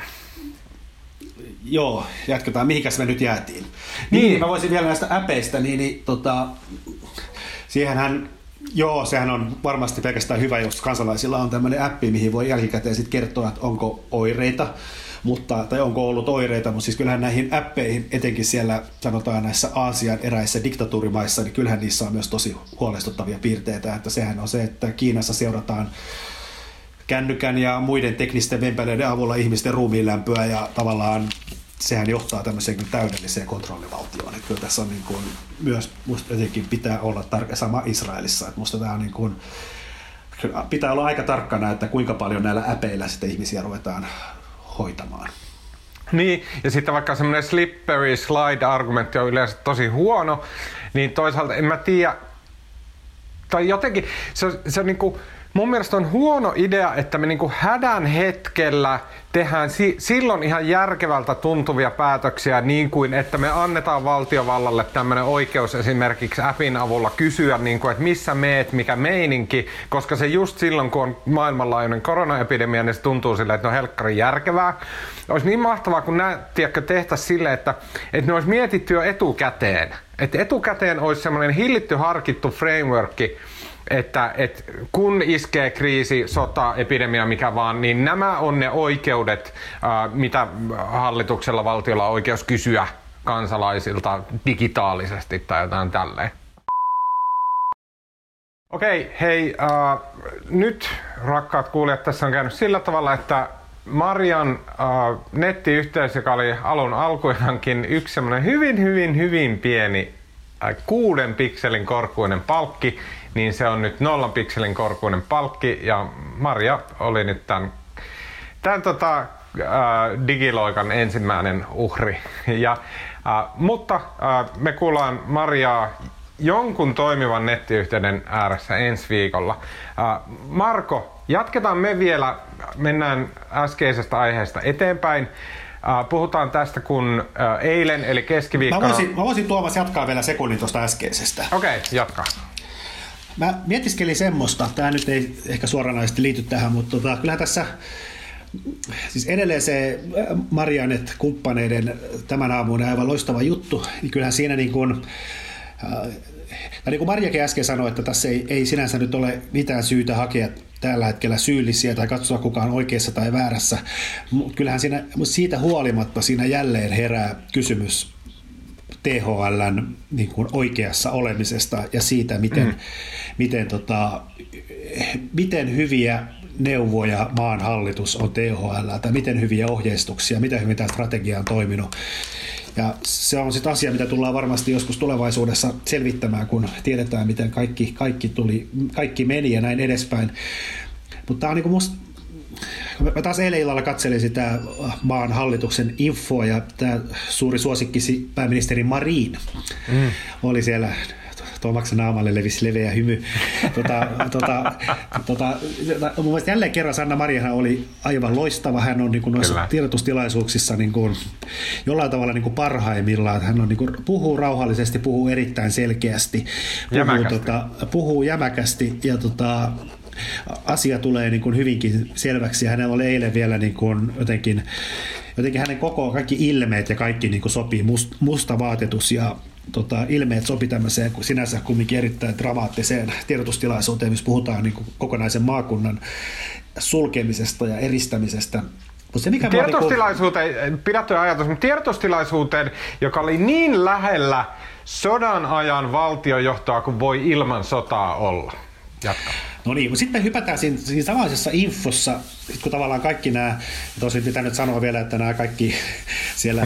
Joo, jatketaan. Mihinkäs me nyt jäätiin? Niin, niin mä voisin vielä näistä äpeistä, niin, niin tota, siihenhän, joo, sehän on varmasti pelkästään hyvä, jos kansalaisilla on tämmöinen appi, mihin voi jälkikäteen sitten kertoa, että onko oireita, mutta, tai onko ollut oireita, mutta siis kyllähän näihin appeihin, etenkin siellä sanotaan näissä Aasian eräissä diktatuurimaissa, niin kyllähän niissä on myös tosi huolestuttavia piirteitä, että sehän on se, että Kiinassa seurataan kännykän ja muiden teknisten vempeleiden avulla ihmisten ruumiinlämpöä ja tavallaan sehän johtaa tämmöiseen täydelliseen kontrollivaltioon. Että kyllä tässä on niin kuin, myös musta jotenkin pitää olla tarkka sama Israelissa. Että musta tämä on niin kuin, pitää olla aika tarkkana, että kuinka paljon näillä äpeillä sitten ihmisiä ruvetaan hoitamaan. Niin, ja sitten vaikka semmoinen slippery slide-argumentti on yleensä tosi huono, niin toisaalta en mä tiedä, tai jotenkin se on, se on niin kuin, mun mielestä on huono idea, että me niinku hädän hetkellä tehdään si- silloin ihan järkevältä tuntuvia päätöksiä, niin kuin että me annetaan valtiovallalle tämmöinen oikeus esimerkiksi appin avulla kysyä, niin kuin, että missä meet, mikä meininki, koska se just silloin, kun on maailmanlaajuinen koronaepidemia, niin se tuntuu silleen, että ne on helkkarin järkevää. Olisi niin mahtavaa, kun nämä tehtäisiin silleen, että, että ne olisi mietitty jo etukäteen. Että etukäteen olisi semmoinen hillitty, harkittu frameworkki, että, että kun iskee kriisi, sota, epidemia, mikä vaan, niin nämä on ne oikeudet, ää, mitä hallituksella, valtiolla on oikeus kysyä kansalaisilta digitaalisesti tai jotain tälleen. Okei, hei, ää, nyt rakkaat kuulijat, tässä on käynyt sillä tavalla, että Marian ää, nettiyhteys, joka oli alun alkuinankin yksi semmoinen hyvin, hyvin, hyvin pieni ää, kuuden pikselin korkuinen palkki, niin se on nyt nollan pikselin korkuinen palkki ja Maria oli nyt tämän, tämän tota, äh, digiloikan ensimmäinen uhri. Ja, äh, mutta äh, me kuullaan Mariaa jonkun toimivan nettiyhteyden ääressä ensi viikolla. Äh, Marko, jatketaan me vielä, mennään äskeisestä aiheesta eteenpäin. Uh, puhutaan tästä, kun uh, eilen eli keskiviikkona... Mä voisin, mä voisin Tuomas jatkaa vielä sekunnin tuosta äskeisestä. Okei, okay, jatka. Mä mietiskelin semmoista, tämä nyt ei ehkä suoranaisesti liity tähän, mutta tota, kyllähän tässä siis edelleen se Marianet-kumppaneiden tämän aamun aivan loistava juttu, niin kyllähän siinä niin kuin, äh, niin kuin Marjakin äsken sanoi, että tässä ei, ei sinänsä nyt ole mitään syytä hakea tällä hetkellä syyllisiä tai katsoa kuka on oikeassa tai väärässä. Kyllähän siinä, siitä huolimatta siinä jälleen herää kysymys T H L:n niin kuin oikeassa olemisesta ja siitä, miten, mm. miten, tota, miten hyviä neuvoja maan hallitus on T H L:ltä, miten hyviä ohjeistuksia, miten hyvin tämä strategia on toiminut. Ja se on sitten asia, mitä tullaan varmasti joskus tulevaisuudessa selvittämään, kun tiedetään, miten kaikki, kaikki, tuli, kaikki meni ja näin edespäin. Mutta tämä on niin kuin musta, mä taas eilen illalla katselin sitä maan hallituksen infoa ja tämä suuri suosikkisi pääministeri Marin mm. oli siellä. Tuomaksen naamalle levisi leveä hymy. Tota, tota, tota, mun mielestä jälleen kerran Sanna Marinhan oli aivan loistava. Hän on niin kuin noissa tiedotustilaisuuksissa niin kuin jollain tavalla niin kuin parhaimmillaan. Hän on niin kuin, puhuu rauhallisesti, puhuu erittäin selkeästi, puhuu jämäkästi, tota, puhuu jämäkästi ja tota, asia tulee niin kuin hyvinkin selväksi. Hänellä oli eilen vielä niin kuin jotenkin, jotenkin hänen koko kaikki ilmeet ja kaikki niin kuin sopii must, musta vaatetus ja Tota, ilmeet sopi tämmöiseen sinänsä kumminkin erittäin dramaattiseen tiedotustilaisuuteen, missä puhutaan niin kuin kokonaisen maakunnan sulkemisesta ja eristämisestä. Se, mikä tiedotustilaisuuteen, niin kuin... pidätty ajatus, mutta tiedotustilaisuuteen, joka oli niin lähellä sodan ajan valtiojohtoa kuin voi ilman sotaa olla. Jatka. No niin, mutta sitten me hypätään siinä, siinä samaisessa infossa, kun tavallaan kaikki nämä, tosin pitää nyt sanoa vielä, että nämä kaikki siellä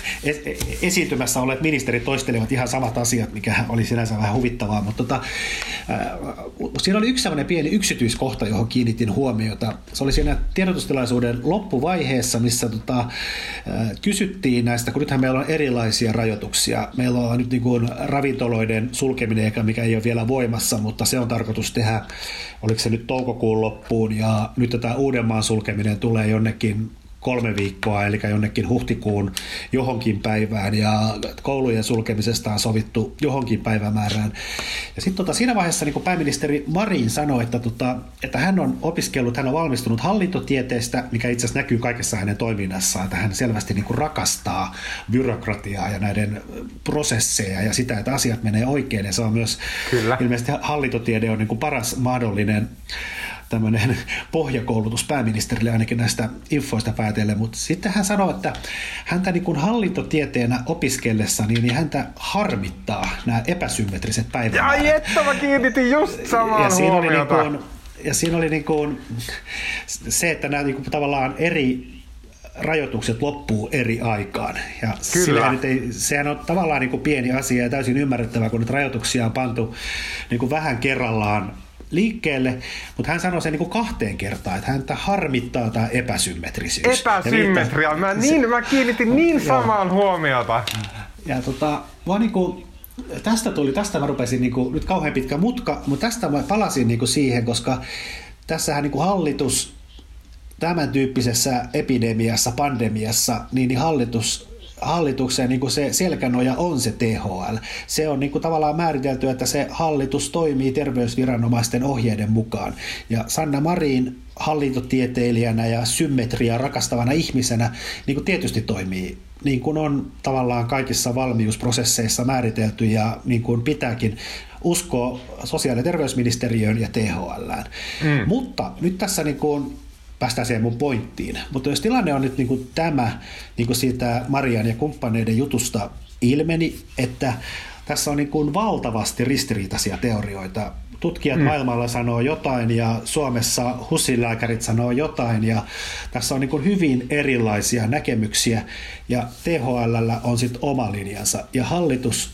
esiintymässä olleet ministerit toistelevat ihan samat asiat, mikä oli sinänsä vähän huvittavaa, mutta tota, äh, siinä oli yksi sellainen pieni yksityiskohta, johon kiinnitin huomiota. Se oli siinä tiedotustilaisuuden loppuvaiheessa, missä tota, äh, kysyttiin näistä, kun nythän meillä on erilaisia rajoituksia. Meillä on nyt niin kuin ravintoloiden sulkeminen, mikä ei ole vielä voimassa, mutta se on tarkoitus tehdä, oliko se nyt toukokuun loppuun, ja nyt tätä Uudenmaan sulkeminen tulee jonnekin kolme viikkoa, eli jonnekin huhtikuun johonkin päivään, ja koulujen sulkemisesta on sovittu johonkin päivämäärään. Ja sitten tota, siinä vaiheessa niin pääministeri Marin sanoi, että, tota, että hän on opiskellut, hän on valmistunut hallintotieteestä, mikä itse asiassa näkyy kaikessa hänen toiminnassaan, että hän selvästi niin rakastaa byrokratiaa ja näiden prosesseja ja sitä, että asiat menee oikein, ja se on myös Kyllä. ilmeisesti hallintotiede on niin paras mahdollinen tämmöinen pohjakoulutus pääministerille ainakin näistä infoista päätellen, mutta sitten hän sanoi, että häntä niin kuin hallintotieteenä opiskellessa, niin, niin häntä harmittaa nämä epäsymmetriset päivämäärät. Ai että mä kiinnitin just samaan ja siinä huomiota. Oli niin kuin, ja siinä oli niin kuin se, että nämä niin kuin tavallaan eri rajoitukset loppuu eri aikaan. Ja nyt ei, sehän on tavallaan niin kuin pieni asia ja täysin ymmärrettävää, kun nyt rajoituksia on pantu niin kuin vähän kerrallaan liikkeelle, mutta hän sanoi sen niin kuin kahteen kertaan, että häntä harmittaa tämä epäsymmetrisyys. Epäsymmetria. Mä, niin, mä kiinnitin niin samaan huomiota. Ja tota, mä niin kuin, tästä tuli, tästä mä rupesin niin kuin, nyt kauhean pitkä mutka, mutta tästä mä palasin niin kuin siihen, koska tässähän niin kuin hallitus tämän tyyppisessä epidemiassa, pandemiassa, niin, niin hallitus hallituksen niin kuin se selkänoja on se T H L. Se on niin kuin tavallaan määritelty, että se hallitus toimii terveysviranomaisten ohjeiden mukaan. Ja Sanna Marin hallintotieteilijänä ja symmetriaa rakastavana ihmisenä niin kuin tietysti toimii niin kuin on tavallaan kaikissa valmiusprosesseissa määritelty ja niin kuin pitääkin uskoa sosiaali- ja terveysministeriöön ja T H L:ään. Mm. Mutta nyt tässä niin kuin päästään siihen mun pointtiin. Mutta jos tilanne on nyt niin kuin tämä, niin kuin siitä Marian ja kumppaneiden jutusta ilmeni, että tässä on niin kuin valtavasti ristiriitaisia teorioita. Tutkijat mm. maailmalla sanoo jotain ja Suomessa HUSin lääkärit sanoo jotain ja tässä on niin kuin hyvin erilaisia näkemyksiä ja T H L:llä on sitten oma linjansa ja hallitus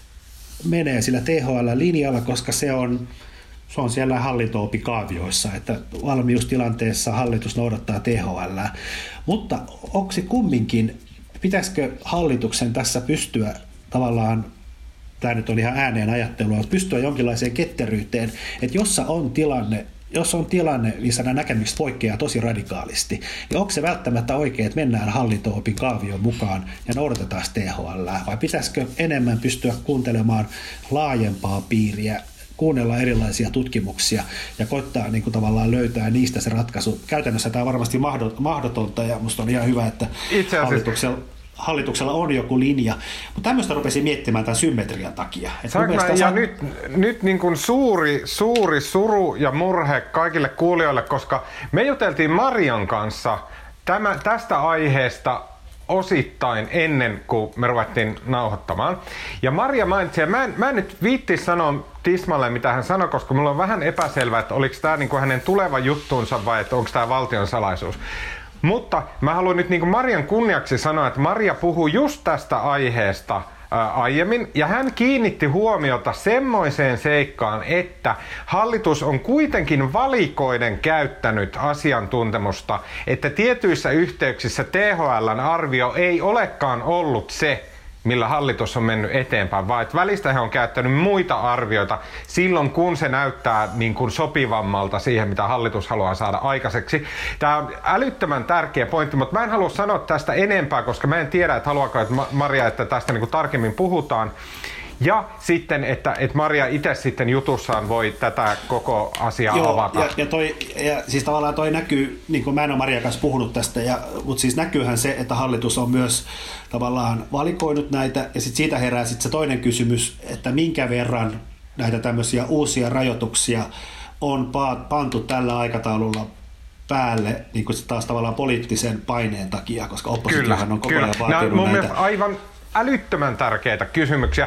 menee sillä T H L-linjalla, koska se on Se on siellä hallinto-opikaavioissa, että valmiustilanteessa hallitus noudattaa T H L. Mutta onko se kumminkin, pitäisikö hallituksen tässä pystyä tavallaan, tämä nyt on ihan ääneen ajattelua, mutta pystyä jonkinlaiseen ketteryyteen, että jos on tilanne, jos on tilanne, missä nämä näkemykset poikkeaa tosi radikaalisti, niin onko se välttämättä oikein, että mennään hallinto-opin kaavion mukaan ja noudatetaan T H L, vai pitäisikö enemmän pystyä kuuntelemaan laajempaa piiriä, kuunnella erilaisia tutkimuksia ja koittaa niin kuin tavallaan löytää niistä se ratkaisu. Käytännössä tämä on varmasti mahdotonta ja musta on ihan hyvä, että hallituksella, hallituksella on joku linja. Mutta tämmöistä rupesin miettimään tämän symmetrian takia. Mä, ja saan... nyt, nyt niin kuin suuri, suuri suru ja murhe kaikille kuulijoille, koska me juteltiin Marian kanssa tämä, tästä aiheesta osittain ennen kuin me ruvettiin nauhoittamaan. Ja Maria mainitsi, ja mä en, mä en nyt viitti sanoa tismalle, mitä hän sanoi, koska mulla on vähän epäselvää, että oliko tämä niin kuin hänen tuleva juttuunsa vai että onko tämä valtion salaisuus. Mutta mä haluan nyt niin kuin Marian kunniaksi sanoa, että Maria puhuu just tästä aiheesta aiemmin, ja hän kiinnitti huomiota semmoiseen seikkaan, että hallitus on kuitenkin valikoiden käyttänyt asiantuntemusta, että tietyissä yhteyksissä T H L:n arvio ei olekaan ollut se, millä hallitus on mennyt eteenpäin, vaan että välistä he on käyttänyt muita arvioita silloin, kun se näyttää niin kuin sopivammalta siihen, mitä hallitus haluaa saada aikaiseksi. Tämä on älyttömän tärkeä pointti, mutta mä en halua sanoa tästä enempää, koska mä en tiedä, että haluaako että Maria, että tästä niin kuin tarkemmin puhutaan. Ja sitten, että, että Maria itse sitten jutussaan voi tätä koko asiaa Joo, avata. Ja, ja, toi, ja siis tavallaan toi näkyy, niin kuin mä en ole Marian kanssa puhunut tästä, ja, mutta siis näkyyhän se, että hallitus on myös tavallaan valikoinut näitä, ja sitten siitä herää sitten se toinen kysymys, että minkä verran näitä tämmöisiä uusia rajoituksia on pantu tällä aikataululla päälle, niin kuin taas tavallaan poliittisen paineen takia, koska oppositiohan on koko ajan vaatinut mun näitä. Aivan älyttömän tärkeitä kysymyksiä.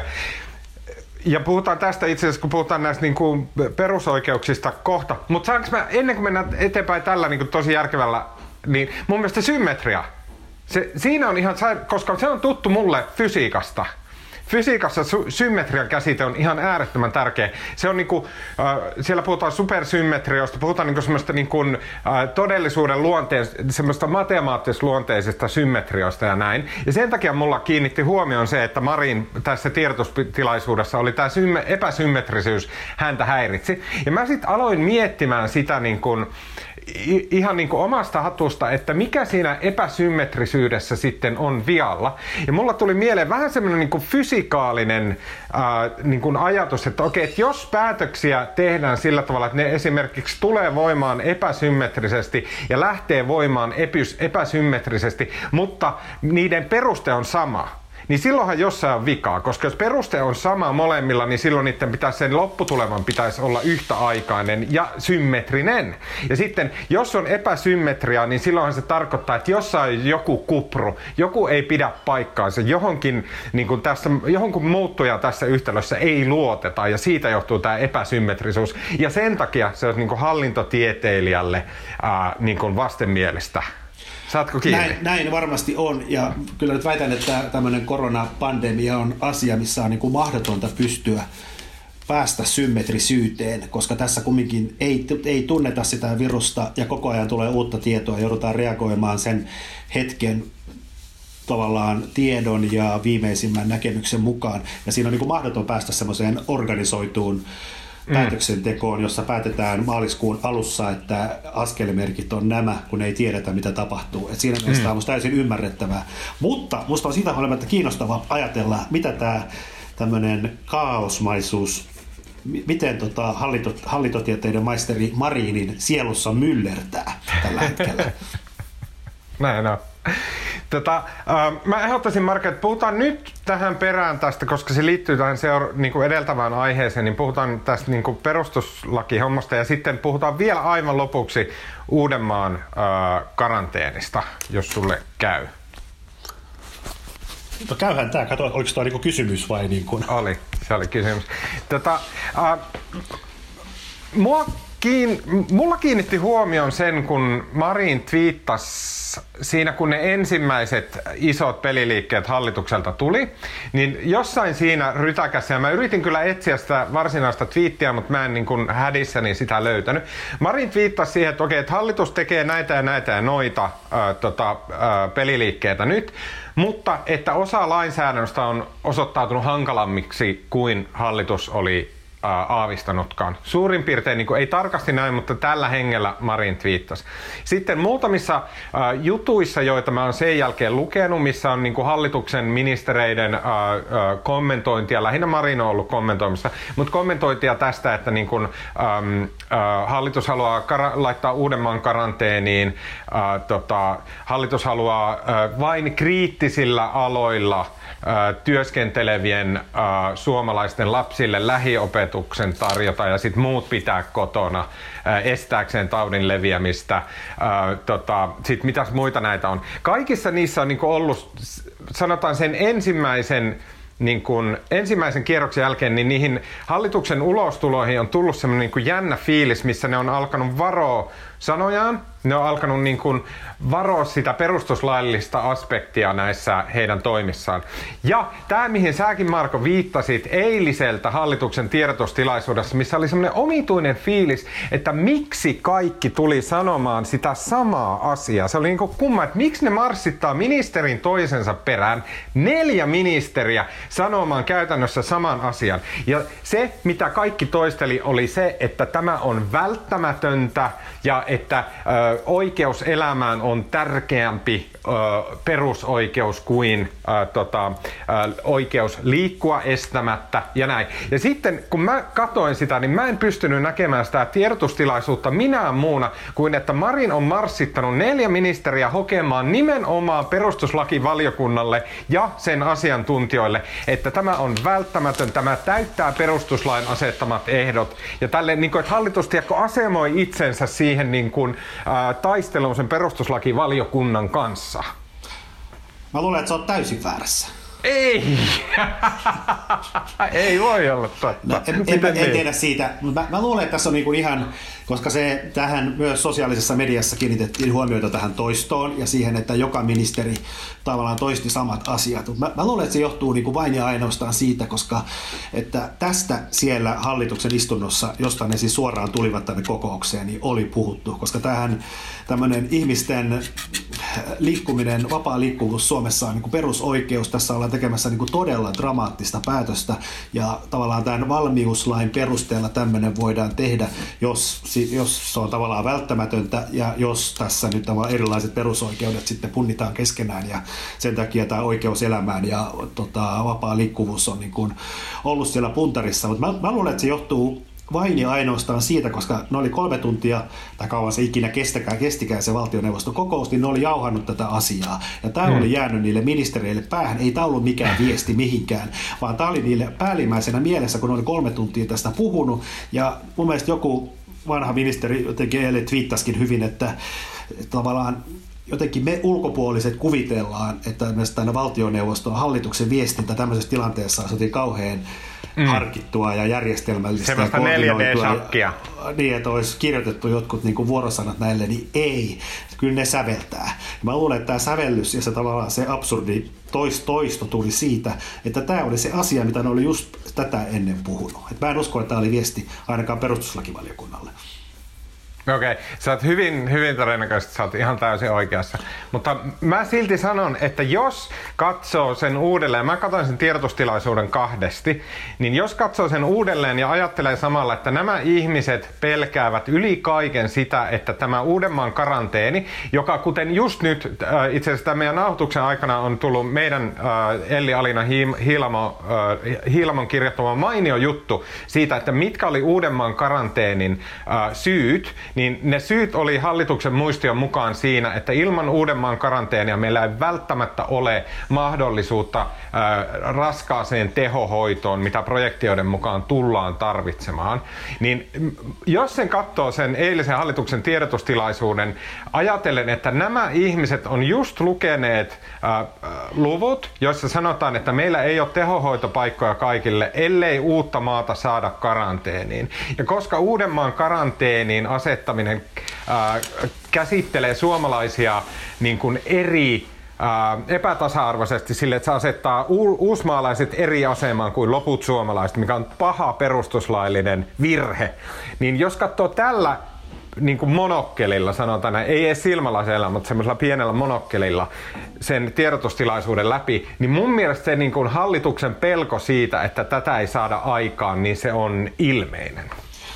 Ja puhutaan tästä itse asiassa, kun puhutaan näistä niin kuin perusoikeuksista kohta. Mutta saanko mä, ennen kuin mennään eteenpäin tällä niin kuin tosi järkevällä, niin mun mielestä symmetria. Se, siinä on ihan, koska se on tuttu mulle fysiikasta. Fysiikassa sy- symmetrian käsite on ihan äärettömän tärkeä. Se on niinku, äh, siellä puhutaan supersymmetriosta, puhutaan niinku semmoista niinku, äh, todellisuuden luonteen, semmoista matemaattis-luonteisesta symmetriosta ja näin. Ja sen takia mulla kiinnitti huomioon se, että Marin tässä tiedotustilaisuudessa oli tämä symme- epäsymmetrisyys häntä häiritsi. Ja mä sitten aloin miettimään sitä niinku, ihan niin kuin omasta hatusta, että mikä siinä epäsymmetrisyydessä sitten on vialla. Ja mulla tuli mieleen vähän semmoinen niin kuin fysikaalinen ää, niin kuin ajatus, että okei, että jos päätöksiä tehdään sillä tavalla, että ne esimerkiksi tulee voimaan epäsymmetrisesti ja lähtee voimaan epys, epäsymmetrisesti, mutta niiden peruste on sama, niin silloinhan jossain on vikaa, koska jos peruste on sama molemmilla, niin silloin niiden pitäisi, sen lopputuleman pitäisi olla yhtäaikainen ja symmetrinen. Ja sitten, jos on epäsymmetria, niin silloinhan se tarkoittaa, että jossain on joku kupru, joku ei pidä paikkaansa, johonkin, niin kuin tässä, johonkin muuttuja tässä yhtälössä ei luoteta, ja siitä johtuu tämä epäsymmetrisuus. Ja sen takia se on niin kuin hallintotieteilijälle ää, niin kuin vastenmielistä. Saatko kiinni? Näin, näin varmasti on, ja kyllä nyt väitän, että tämmöinen koronapandemia on asia, missä on niin kuin mahdotonta pystyä päästä symmetrisyyteen, koska tässä kumminkin ei, ei tunneta sitä virusta ja koko ajan tulee uutta tietoa ja joudutaan reagoimaan sen hetken tavallaan tiedon ja viimeisimmän näkemyksen mukaan, ja siinä on niin kuin mahdoton päästä semmoiseen organisoituun päätöksentekoon, jossa päätetään maaliskuun alussa, että askelmerkit on nämä, kun ei tiedetä, mitä tapahtuu. Et siinä mielessä mm. on musta täysin ymmärrettävää. Mutta musta on siitä huolimatta kiinnostavaa ajatella, mitä tämä tämmöinen kaosmaisuus, miten tota hallinto, hallintotieteiden maisteri Marinin sielussa myllertää tällä hetkellä. Näin on. Tota, äh, mä ehdottaisin, Marko, että puhutaan nyt tähän perään tästä, koska se liittyy tähän seura- niin kuin edeltävään aiheeseen, niin puhutaan tästä niin kuin perustuslakihommasta ja sitten puhutaan vielä aivan lopuksi Uudenmaan äh, karanteenista, jos sulle käy. No käyhän tää, kato, oliko tuo niinku kysymys vai niin kuin? Oli, se oli kysymys. Tota, äh, mua Kiin, mulla kiinnitti huomioon sen, kun Marin twiittasi siinä, kun ne ensimmäiset isot peliliikkeet hallitukselta tuli, niin jossain siinä rytäkässä, ja mä yritin kyllä etsiä sitä varsinaista twiittiä, mutta mä en niin kuin hädissäni sitä löytänyt. Marin twiittasi siihen, että okei, että hallitus tekee näitä ja näitä ja noita ää, tota, ää, peliliikkeitä nyt, mutta että osa lainsäädännöstä on osoittautunut hankalammiksi kuin hallitus oli aavistanutkaan. Suurin piirtein, niin kuin, ei tarkasti näin, mutta tällä hengellä Marin twiittasi. Sitten muutamissa äh, jutuissa, joita mä oon sen jälkeen lukenut, missä on niin kuin hallituksen ministereiden äh, äh, kommentointia, lähinnä Marin on ollut kommentoimassa, mutta kommentointia tästä, että niin kuin, ähm, äh, hallitus haluaa kara- laittaa Uudenmaan karanteeniin, äh, tota, hallitus haluaa äh, vain kriittisillä aloilla työskentelevien äh, suomalaisten lapsille lähiopetuksen tarjota ja sitten muut pitää kotona äh, estääkseen taudin leviämistä. Äh, tota, sitten mitäs muita näitä on. Kaikissa niissä on niinku ollut, sanotaan sen ensimmäisen niin kun ensimmäisen kierroksen jälkeen, niin niihin hallituksen ulostuloihin on tullut semmoinen niin kuin jännä fiilis, missä ne on alkanut varoa sanojaan Ne on alkanut niin kuin varoa sitä perustuslaillista aspektia näissä heidän toimissaan. Ja tämä, mihin säkin Marko viittasit eiliseltä hallituksen tiedotustilaisuudessa, missä oli semmoinen omituinen fiilis, että miksi kaikki tuli sanomaan sitä samaa asiaa. Se oli niin kuin kumma, että miksi ne marssittaa ministerin toisensa perään neljä ministeriä sanomaan käytännössä saman asian. Ja se, mitä kaikki toisteli, oli se, että tämä on välttämätöntä ja että ö, oikeus elämään on tärkeämpi ö, perusoikeus kuin ö, tota, ö, oikeus liikkua estämättä ja näin. Ja sitten kun mä katoin sitä, niin mä en pystynyt näkemään sitä tiedotustilaisuutta minään muuna kuin että Marin on marssittanut neljä ministeriä hokemaan nimenomaan perustuslakivaliokunnalle ja sen asiantuntijoille, että tämä on välttämätön, tämä täyttää perustuslain asettamat ehdot. Ja tälle, niin kuin, että hallitus tiedätkö, asemoi itsensä siihen niin kuin, ää, taisteluun sen perustuslakivaliokunnan kanssa. Mä luulen, että sä oot täysin väärässä. Ei! Ei voi olla totta. No, en, en, en tiedä siitä, mutta mä, mä luulen, että tässä on niinku ihan, koska se tähän myös sosiaalisessa mediassa kiinnitettiin huomiota tähän toistoon ja siihen, että joka ministeri tavallaan toisti samat asiat. Mä, mä luulen, että se johtuu niinku vain ja ainoastaan siitä, koska että tästä siellä hallituksen istunnossa, josta ne siis suoraan tulivat tänne kokoukseen, niin oli puhuttu, koska tämähän tämmöinen ihmisten liikkuminen, vapaa liikkuvuus Suomessa on niin kuin perusoikeus. Tässä ollaan tekemässä niin kuin todella dramaattista päätöstä ja tavallaan tämän valmiuslain perusteella tämmöinen voidaan tehdä, jos, jos se on tavallaan välttämätöntä ja jos tässä nyt erilaiset perusoikeudet sitten punnitaan keskenään ja sen takia tämä oikeus elämään ja tota, vapaa liikkuvuus on niin kuin ollut siellä puntarissa. Mutta mä, mä luulen, että se johtuu vain ja ainoastaan siitä, koska ne oli kolme tuntia, tai kauan se ikinä kestäkään, kestikään se valtioneuvoston kokous, niin ne oli jauhannut tätä asiaa. Ja tämä hmm. oli jäänyt niille ministereille päähän. Ei tämä ollut mikään viesti mihinkään, vaan tämä oli niille päällimmäisenä mielessä, kun ne oli kolme tuntia tästä puhunut. Ja mun mielestä joku vanha ministeri jotenkin eilen twiittasikin hyvin, että tavallaan jotenkin me ulkopuoliset kuvitellaan, että myös tänne valtioneuvoston hallituksen viestintä tämmöisessä tilanteessa on jotenkin kauhean mm. harkittua ja järjestelmällistä. Semmoista ja neljä D-shakkia. Niin, että olisi kirjoitettu jotkut niin kuin vuorosanat näille, niin ei. Kyllä ne säveltää. Ja mä luulen, että tämä sävellys ja se tavallaan se absurdi toisto tuli siitä, että tämä oli se asia, mitä ne oli just tätä ennen puhunut. Et mä en usko, että tämä oli viesti ainakaan perustuslakivaliokunnalle. Okei, okay. Sä oot hyvin, hyvin todennäköisesti, sä oot ihan täysin oikeassa. Mutta mä silti sanon, että jos katsoo sen uudelleen, mä katsoin sen tiedotustilaisuuden kahdesti, niin jos katsoo sen uudelleen ja ajattelee samalla, että nämä ihmiset pelkäävät yli kaiken sitä, että tämä Uudenmaan karanteeni, joka kuten just nyt äh, itse asiassa tämän meidän nauhoituksen aikana on tullut meidän äh, Elli-Alina Hiilamo, äh, Hiilamon kirjoittama mainio juttu siitä, että mitkä oli Uudenmaan karanteenin äh, syyt, niin ne syyt oli hallituksen muistion mukaan siinä, että ilman Uudenmaan karanteenia meillä ei välttämättä ole mahdollisuutta ää, raskaaseen tehohoitoon, mitä projektioiden mukaan tullaan tarvitsemaan. Niin jos sen katsoo sen eilisen hallituksen tiedotustilaisuuden, ajatellen, että nämä ihmiset on just lukeneet ää, luvut, joissa sanotaan, että meillä ei ole tehohoitopaikkoja kaikille, ellei uutta maata saada karanteeniin. Ja koska Uudenmaan karanteeniin asettaminen ää, käsittelee suomalaisia niin kuin eri ää, epätasa-arvoisesti sille, että se asettaa u- uusmaalaiset eri asemaan kuin loput suomalaiset, mikä on paha perustuslaillinen virhe, niin jos katsoo tällä niin kuin monokkelilla, sanotaan näin, ei edes silmälaseilla, mutta semmoisella pienellä monokkelilla sen tiedotustilaisuuden läpi, niin mun mielestä se niin kuin hallituksen pelko siitä, että tätä ei saada aikaan, niin se on ilmeinen.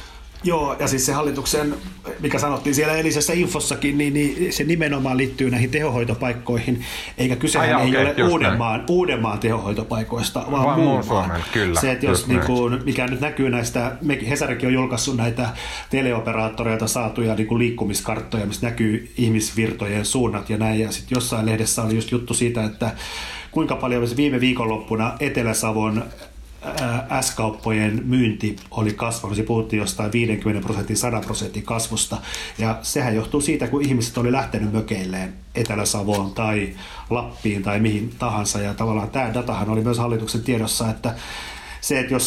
Joo, ja siis se hallituksen, mikä sanottiin siellä eilisessä infossakin, niin, niin se nimenomaan liittyy näihin tehohoitopaikkoihin, eikä kysehän Ai, ei okay, ole Uudenmaan, Uudenmaan tehohoitopaikoista, vaan, vaan muun Suomen. Kyllä, se, että jos, niin kuin, mikä nyt näkyy näistä, Hesarikin on julkaissut näitä teleoperaattoreilta saatuja niin kuin liikkumiskarttoja, missä näkyy ihmisvirtojen suunnat ja näin, ja sitten jossain lehdessä oli just juttu siitä, että kuinka paljon viime viikonloppuna Etelä-Savon S-kauppojen myynti oli kasvanut. Se puhuttiin jostain viisikymmentä prosentin, sata prosentin kasvusta. Ja sehän johtuu siitä, kun ihmiset oli lähtenyt mökeilleen Etelä-Savoon tai Lappiin tai mihin tahansa. Ja tavallaan tämä datahan oli myös hallituksen tiedossa, että se, että jos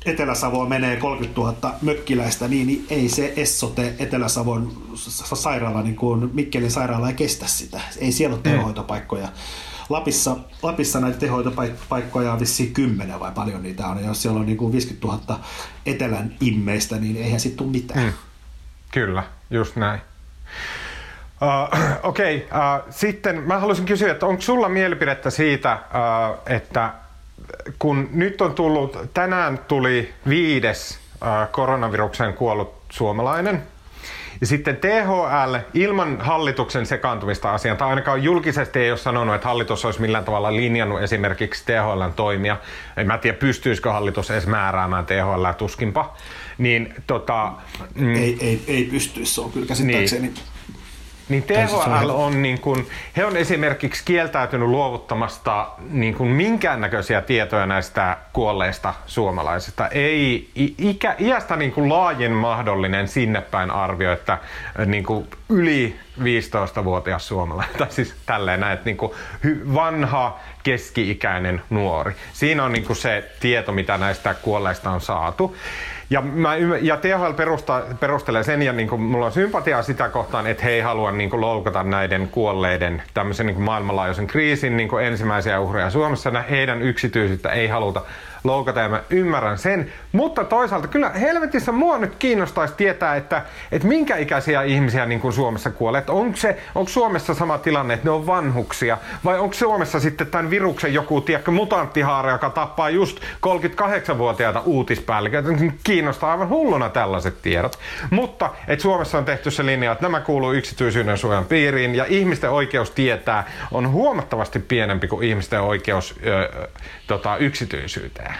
Etelä-Savoon menee kolmekymmentätuhatta mökkiläistä, niin, niin ei se Essote Etelä-Savon sairaala, niin kuin Mikkelin sairaala ei kestä sitä. Ei siellä ole tehohoitopaikkoja. Lapissa, Lapissa näitä tehohoitopaikkoja on vissiin kymmenen vai paljon niitä on. Ja jos siellä on niin kuin viisikymmentätuhatta etelän immeistä, niin eihän siitä tule mitään. Mm. Kyllä, just näin. Uh, Okei, okay, uh, sitten mä haluaisin kysyä, että onko sulla mielipidettä siitä, uh, että kun nyt on tullut, tänään tuli viides uh, koronavirukseen kuollut suomalainen, ja sitten T H L ilman hallituksen sekaantumista asiaan, tai ainakaan julkisesti ei ole sanonut, että hallitus olisi millään tavalla linjannut esimerkiksi T H L:n toimia. En mä tiedä, pystyisikö hallitus edes määräämään T H L tuskinpa. Niin, tota, mm, ei, ei, ei pystyisi, se on kyllä käsittääkseni. Niin. Niin T H L on, niin kuin, he on esimerkiksi kieltäytynyt luovuttamasta niin kuin minkäännäköisiä tietoja näistä kuolleista suomalaisista. Ei ikä, iästä niin kuin laajin mahdollinen sinne päin arvio, että niin kuin yli viisitoistavuotias suomalainen, tai siis tälleen näin, että niin kuin vanha, keski-ikäinen nuori. Siinä on niin kuin se tieto, mitä näistä kuolleista on saatu. Ja, mä, ja T H L perusta, perustelee sen, ja niin kuin mulla on sympatiaa sitä kohtaan, että he ei halua niin kuin loukata näiden kuolleiden tämmöisen niin kuin maailmanlaajuisen kriisin niin kuin ensimmäisiä uhreja Suomessa. Heidän yksityisyyttä ei haluta loukata, ja mä ymmärrän sen. Mutta toisaalta kyllä helvetissä mua nyt kiinnostaisi tietää, että, että minkä ikäisiä ihmisiä niin kuin Suomessa kuolee. Että onko, se, onko Suomessa sama tilanne, että ne on vanhuksia, vai onko Suomessa sitten tämän viruksen joku, tiedätkö, mutanttihaara, joka tappaa just kolmekymmentäkahdeksanvuotiaita uutispäälliköitä. Kiinnostaa aivan hulluna tällaiset tiedot. Mutta että Suomessa on tehty se linja, että nämä kuuluu yksityisyyden suojan piiriin, ja ihmisten oikeus tietää on huomattavasti pienempi kuin ihmisten oikeus ö, tota, yksityisyyteen.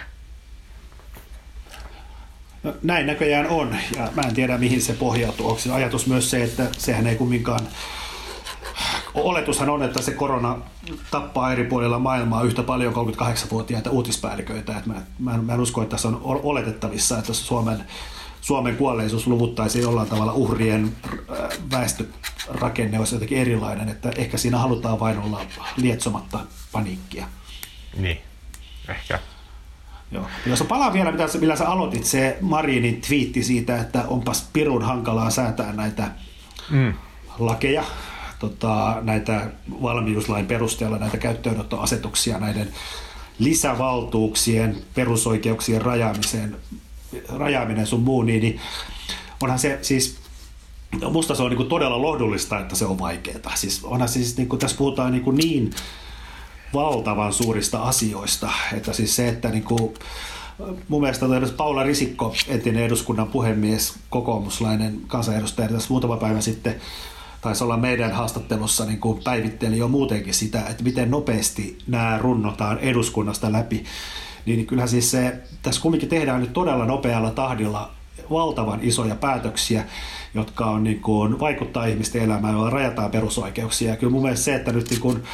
No, näin näköjään on, ja mä en tiedä mihin se pohjautuu. Onko se ajatus myös se, että sehän ei kumminkaan... Oletushan on, että se korona tappaa eri puolilla maailmaa yhtä paljon kolmekymmentäkahdeksanvuotiaita uutispäälliköitä. Mä, mä, en, mä en usko, että tässä on oletettavissa, että Suomen, Suomen kuolleisuus luvuttaisiin jollain tavalla uhrien väestörakenne olisi jotenkin erilainen. Että ehkä siinä halutaan vain olla lietsomatta paniikkia. Niin, ehkä. Joo. Jos palaan vielä, millä sä aloitit, se Marinin twiitti siitä, että onpas pirun hankalaa säätää näitä mm. lakeja, tota, näitä valmiuslain perusteella, näitä käyttöönottoasetuksia, näiden lisävaltuuksien, perusoikeuksien rajaamiseen, rajaaminen sun muu, niin, niin onhan se siis, musta se on niin kuin todella lohdullista, että se on vaikeaa. Siis onhan siis, niin kuin tässä puhutaan niin, kuin niin valtavan suurista asioista, että siis se, että niin kuin, mun mielestä Paula Risikko, entinen eduskunnan puhemies, kokoomuslainen kansanedustaja, tässä muutama päivä sitten taisi olla meidän haastattelussa, niin kuin päivitteli jo muutenkin sitä, että miten nopeasti nämä runnotaan eduskunnasta läpi, niin kyllähän siis se, tässä kumminkin tehdään nyt todella nopealla tahdilla valtavan isoja päätöksiä, jotka on niin kuin, vaikuttaa ihmisten elämään, joilla rajataan perusoikeuksia. Ja kyllä mun mielestä se, että nyt niin kuin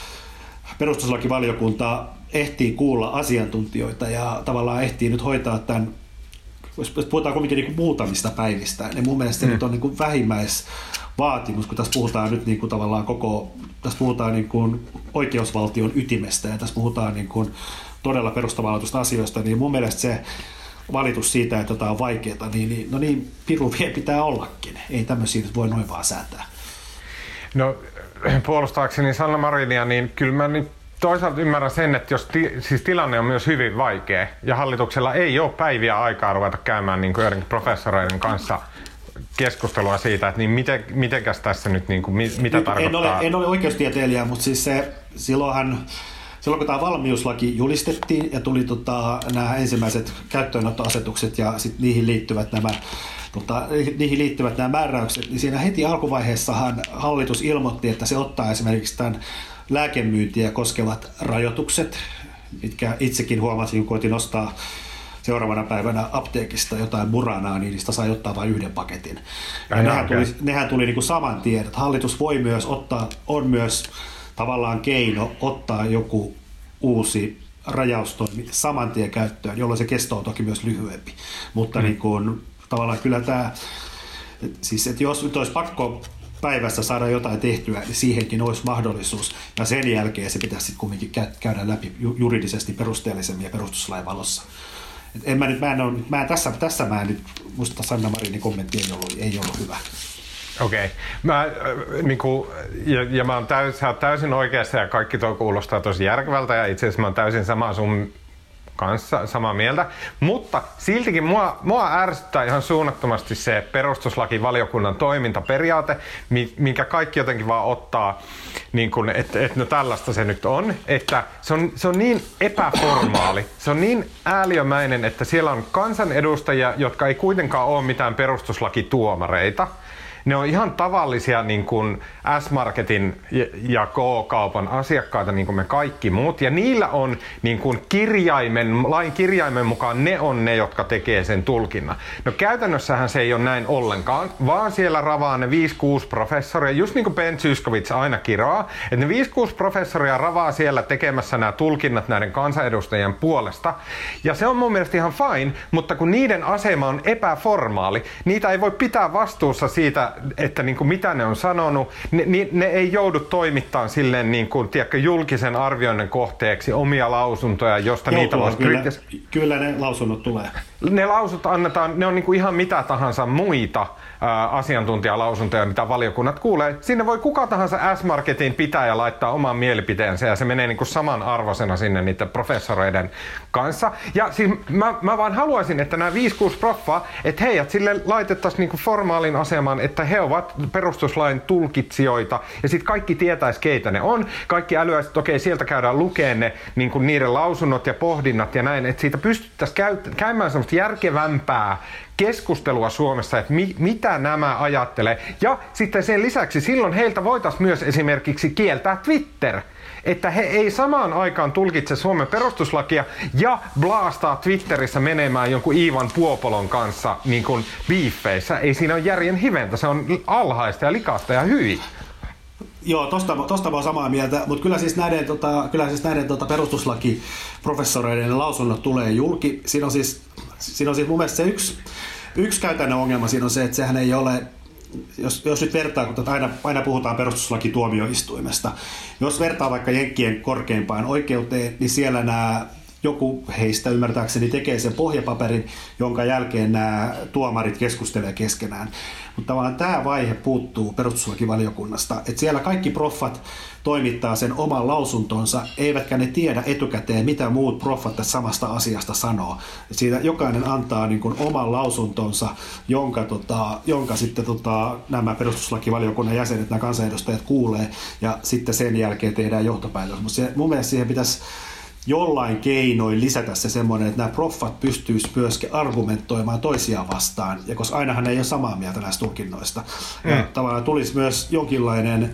perustuslakivaliokunta ehtii kuulla asiantuntijoita ja tavallaan ehtii nyt hoitaa tämän, jos puhutaan kuitenkin niin kuin muutamista päivistä, niin mun mielestä se mm. nyt on niin kuin vähimmäisvaatimus, kun tässä puhutaan nyt niin kuin tavallaan koko, tässä puhutaan niin kuin oikeusvaltion ytimestä ja tässä puhutaan niin kuin todella perustavanlaatuista asioista, niin mun mielestä se valitus siitä, että jotain on vaikeaa, niin, niin, no niin pirun vie pitää ollakin. Ei tämmöisiä voi noin vaan säätää. No puolustaakseni Sanna Marinia, niin kyllä mä nyt toisaalta ymmärrän sen, että jos ti, siis tilanne on myös hyvin vaikea ja hallituksella ei ole päiviä aikaa ruveta käymään niin kuin joidenkin professoreiden kanssa keskustelua siitä, että niin miten, mitenkäs tässä nyt, niin kuin, mitä nyt tarkoittaa? En ole, en ole oikeustieteilijä, mutta siis se, silloinhan, silloin kun tämä valmiuslaki julistettiin ja tuli tota, nämä ensimmäiset käyttöönottoasetukset ja sit niihin liittyvät nämä Tota, niihin liittyvät nämä määräykset, niin siinä heti alkuvaiheessahan hallitus ilmoitti, että se ottaa esimerkiksi tämän lääkemyyntiä koskevat rajoitukset, mitkä itsekin huomasin, kun koitin ostaa seuraavana päivänä apteekista jotain muranaa, niin niistä sai ottaa vain yhden paketin. Ja ja nehän, okay. tuli, nehän tuli niin kuin saman tien, että hallitus voi myös ottaa, on myös tavallaan keino ottaa joku uusi rajaustoimi saman tien käyttöön, jolloin se kesto on toki myös lyhyempi, mutta mm. niin kuin tavallaan kyllä tämä, siis että jos nyt olisi pakko päivässä saada jotain tehtyä, niin siihenkin olisi mahdollisuus. Ja sen jälkeen se pitäisi sitten kumminkin käydä läpi juridisesti perusteellisemmin ja perustuslain valossa. Et en mä nyt, mä en ole, mä en tässä, tässä mä en nyt, musta Sanna Marinin kommentti ei ollut, ei ollut hyvä. Okei. Okay. Äh, niinku, ja, ja mä oon täys, sä oot täysin oikeassa ja kaikki tuo kuulostaa tosi järkevältä ja itse asiassa mä oon täysin sama sun kanssa samaa mieltä, mutta siltikin mua, mua ärsyttää ihan suunnattomasti se perustuslakivaliokunnan toimintaperiaate, minkä kaikki jotenkin vaan ottaa, niin kuin, että, että no tällaista se nyt on, että se on, se on niin epäformaali, se on niin ääliömäinen, että siellä on kansanedustajia, jotka ei kuitenkaan ole mitään perustuslakituomareita. Ne on ihan tavallisia niin kuin S-Marketin ja K-kaupan asiakkaita, niin kuin me kaikki muut. Ja niillä on niin kuin kirjaimen, lain kirjaimen mukaan ne on ne, jotka tekee sen tulkinnan. No käytännössähän se ei ole näin ollenkaan, vaan siellä ravaa ne viisi kuusi professoria, just niin kuin Ben Zyskowicz aina kiroaa, että ne viisi kuusi professoria ravaa siellä tekemässä nämä tulkinnat näiden kansanedustajien puolesta. Ja se on mun mielestä ihan fine, mutta kun niiden asema on epäformaali, niitä ei voi pitää vastuussa siitä, että niin kuin mitä ne on sanonut, ne, ne, ne ei joudu toimittamaan silleen niin kuin, tiedätkö, julkisen arvioinnin kohteeksi omia lausuntoja, josta Joutuu, niitä voisi kyllä, kriittisesti. kyllä ne lausunnot tulee. Ne lausut annetaan, ne on niin kuin ihan mitä tahansa muita ää, asiantuntijalausuntoja, mitä valiokunnat kuulee. Sinne voi kuka tahansa S-Marketin pitää ja laittaa oman mielipiteensä ja se menee niin kuin samanarvoisena sinne niiden professoreiden kanssa. Ja siis mä, mä vaan haluaisin, että nämä viisi kuusi proffaa, että heidät sille laitettaisiin niin kuin formaalin asemaan, että he ovat perustuslain tulkitsijoita ja sitten kaikki tietäisi, keitä ne on. Kaikki älyäisi, että okei, sieltä käydään lukemaan ne, niin kuin niiden lausunnot ja pohdinnat ja näin, että siitä pystyttäisiin käy, käymään semmoista järkevämpää keskustelua Suomessa, että mi, mitä nämä ajattelee. Ja sitten sen lisäksi silloin heiltä voitaisiin myös esimerkiksi kieltää Twitter. Että he ei samaan aikaan tulkitse Suomen perustuslakia ja blastaa Twitterissä menemään jonkun Iivan Puopolon kanssa niin kuin biiffeissä. Ei siinä ole järjen hiventä, se on alhaista ja likaista ja hyvin. Joo, tosta, tosta mä oon samaa mieltä, mutta kyllä siis näiden, tota, kyllä siis näiden tota, perustuslakiprofessoreiden lausunnot tulee julki. Siinä on siis, siinä on siis mun mielestä se yksi, yksi käytännön ongelma siinä on se, että sehän ei ole, jos, jos nyt vertaa, kun aina, aina puhutaan perustuslakituomioistuimesta, jos vertaa vaikka Jenkkien korkeimpaan oikeuteen, niin siellä nämä joku heistä ymmärtääkseni tekee sen pohjapaperin, jonka jälkeen nämä tuomarit keskustelevat keskenään. Mutta tavallaan tämä vaihe puuttuu perustuslakivaliokunnasta, että siellä kaikki proffat toimittaa sen oman lausuntonsa, eivätkä ne tiedä etukäteen, mitä muut proffat tästä samasta asiasta sanoo. Et siitä jokainen antaa niin kuin oman lausuntonsa, jonka, tota, jonka sitten tota, nämä perustuslakivaliokunnan jäsenet, nämä kansanedustajat kuulee, ja sitten sen jälkeen tehdään johtopäätös. Mutta mun mielestä siihen pitäisi jollain keinoin lisätä se semmoinen, että nämä proffat pystyisivät myöskin argumentoimaan toisiaan vastaan, ja koska ainahan ei ole samaa mieltä näistä tulkinnoista. Mm. Ja tavallaan tulisi myös jonkinlainen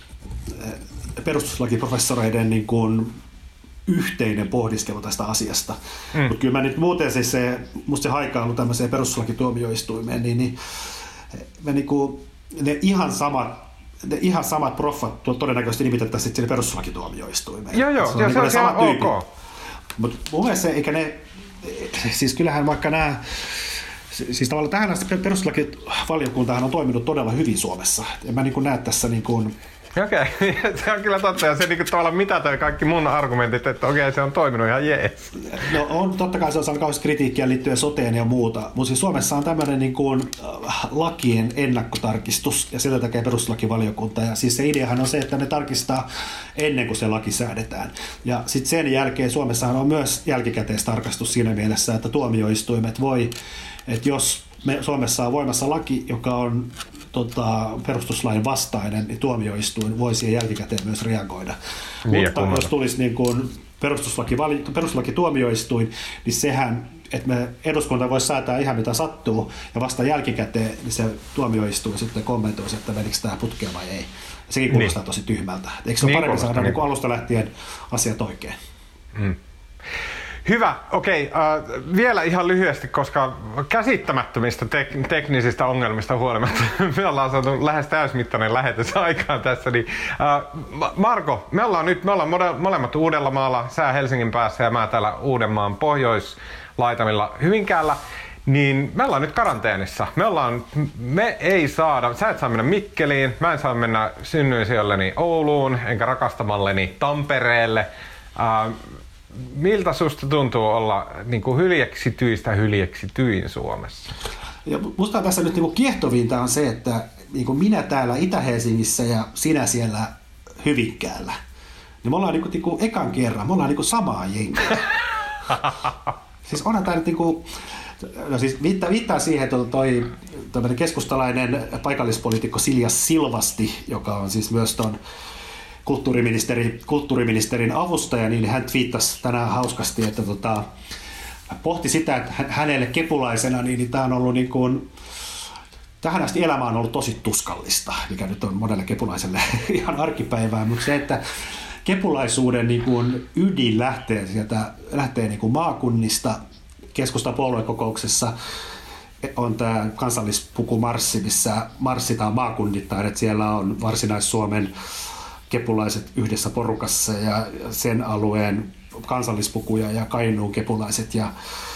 perustuslakiprofessoreiden niin kuin yhteinen pohdiskelu tästä asiasta. Mm. Mutta kyllä mä nyt muuten siis se, musta se haikailu tämmöiseen perustuslakituomioistuimeen, niin, niin me niin kuin, ne ihan samat Ne ihan samat proffat todennäköisesti nimitettäisiin sitten sinne perustuslakituomioistuimeen. Joo, joo, se on, se on ihan ok. Mutta mun mielestä se, eikä ne, siis kyllähän vaikka nämä, siis tavallaan tähän asti perustuslakivaliokuntahan on toiminut todella hyvin Suomessa. En mä niin kuin näe tässä niin kuin. Okei, okay. Se on kyllä totta ja se niin tavallaan mitätöi kaikki mun argumentit, että okei, okay, se on toiminut ihan jees. No on, totta kai se on saanut kauheasti kritiikkiä liittyen soteen ja muuta, mutta siis Suomessa on tämmöinen niin kuin lakien ennakkotarkistus ja sillä tekee perustuslakivaliokunta ja siis se ideahan on se, että ne tarkistaa ennen kuin se laki säädetään. Ja sitten sen jälkeen Suomessahan on myös jälkikäteistarkastus siinä mielessä, että tuomioistuimet voi, että jos me Suomessa on voimassa laki, joka on Tota, perustuslain vastainen, niin tuomioistuin voi siihen jälkikäteen myös reagoida. Niin, mutta jos tulisi niin kuin perustuslaki, perustuslakituomioistuin, niin sehän, että me eduskunta voisi säätää ihan mitä sattuu, ja vasta jälkikäteen niin se tuomioistuin sitten kommentoisi, että menikö tämä putkeen vai ei. Sekin kuulostaa niin tosi tyhmältä. Eikö se niin ole parempi saada niin alusta lähtien asiat oikein? Mm. Hyvä, okei. Okay. Uh, vielä ihan lyhyesti, koska käsittämättömistä tek- teknisistä ongelmista huolimatta me ollaan saatu lähes täysmittainen lähetys aikaan tässä. Niin, uh, Marko, me ollaan nyt me ollaan molemmat Uudellamaalla, sä Helsingin päässä ja mä täällä Uudenmaan pohjoislaitamilla Hyvinkäällä. Niin me ollaan nyt karanteenissa. Me ollaan, me ei saada, sä et saa mennä Mikkeliin, mä en saa mennä synnyisijolleni Ouluun, enkä rakastamalleni Tampereelle. Uh, miltä susta tuntuu olla niin kuin hyljeksityistä hyljeksityin Suomessa? Ja musta tässä nyt niin kiehtovinta on se, että niin kuin minä täällä Itä-Helsingissä ja sinä siellä Hyvinkäällä, niin me ollaan niin kuin, niin kuin ekan kerran, me ollaan niin kuin samaa jengiä. Siis onhan tämä nyt niin kuin, no siis viittaa, viittaa siihen, että toi, toi keskustalainen paikallispoliitikko Silja Silvasti, joka on siis myös ton kulttuuriministeri, kulttuuriministerin avustaja, niin hän twiittasi tänään hauskasti, että tota, pohti sitä, että hänelle kepulaisena, niin, niin tämä on ollut niin kuin, tähän asti elämä on ollut tosi tuskallista, mikä nyt on monelle kepulaiselle ihan arkipäivää, mutta se, että kepulaisuuden niin kuin ydin lähtee sieltä, lähtee niin kuin maakunnista. Keskustan puoluekokouksessa on tämä kansallispukumarssi, missä marssitaan maakunnittain, että siellä on Varsinais-Suomen kepulaiset yhdessä porukassa ja sen alueen kansallispukuja ja Kainuun kepulaiset ja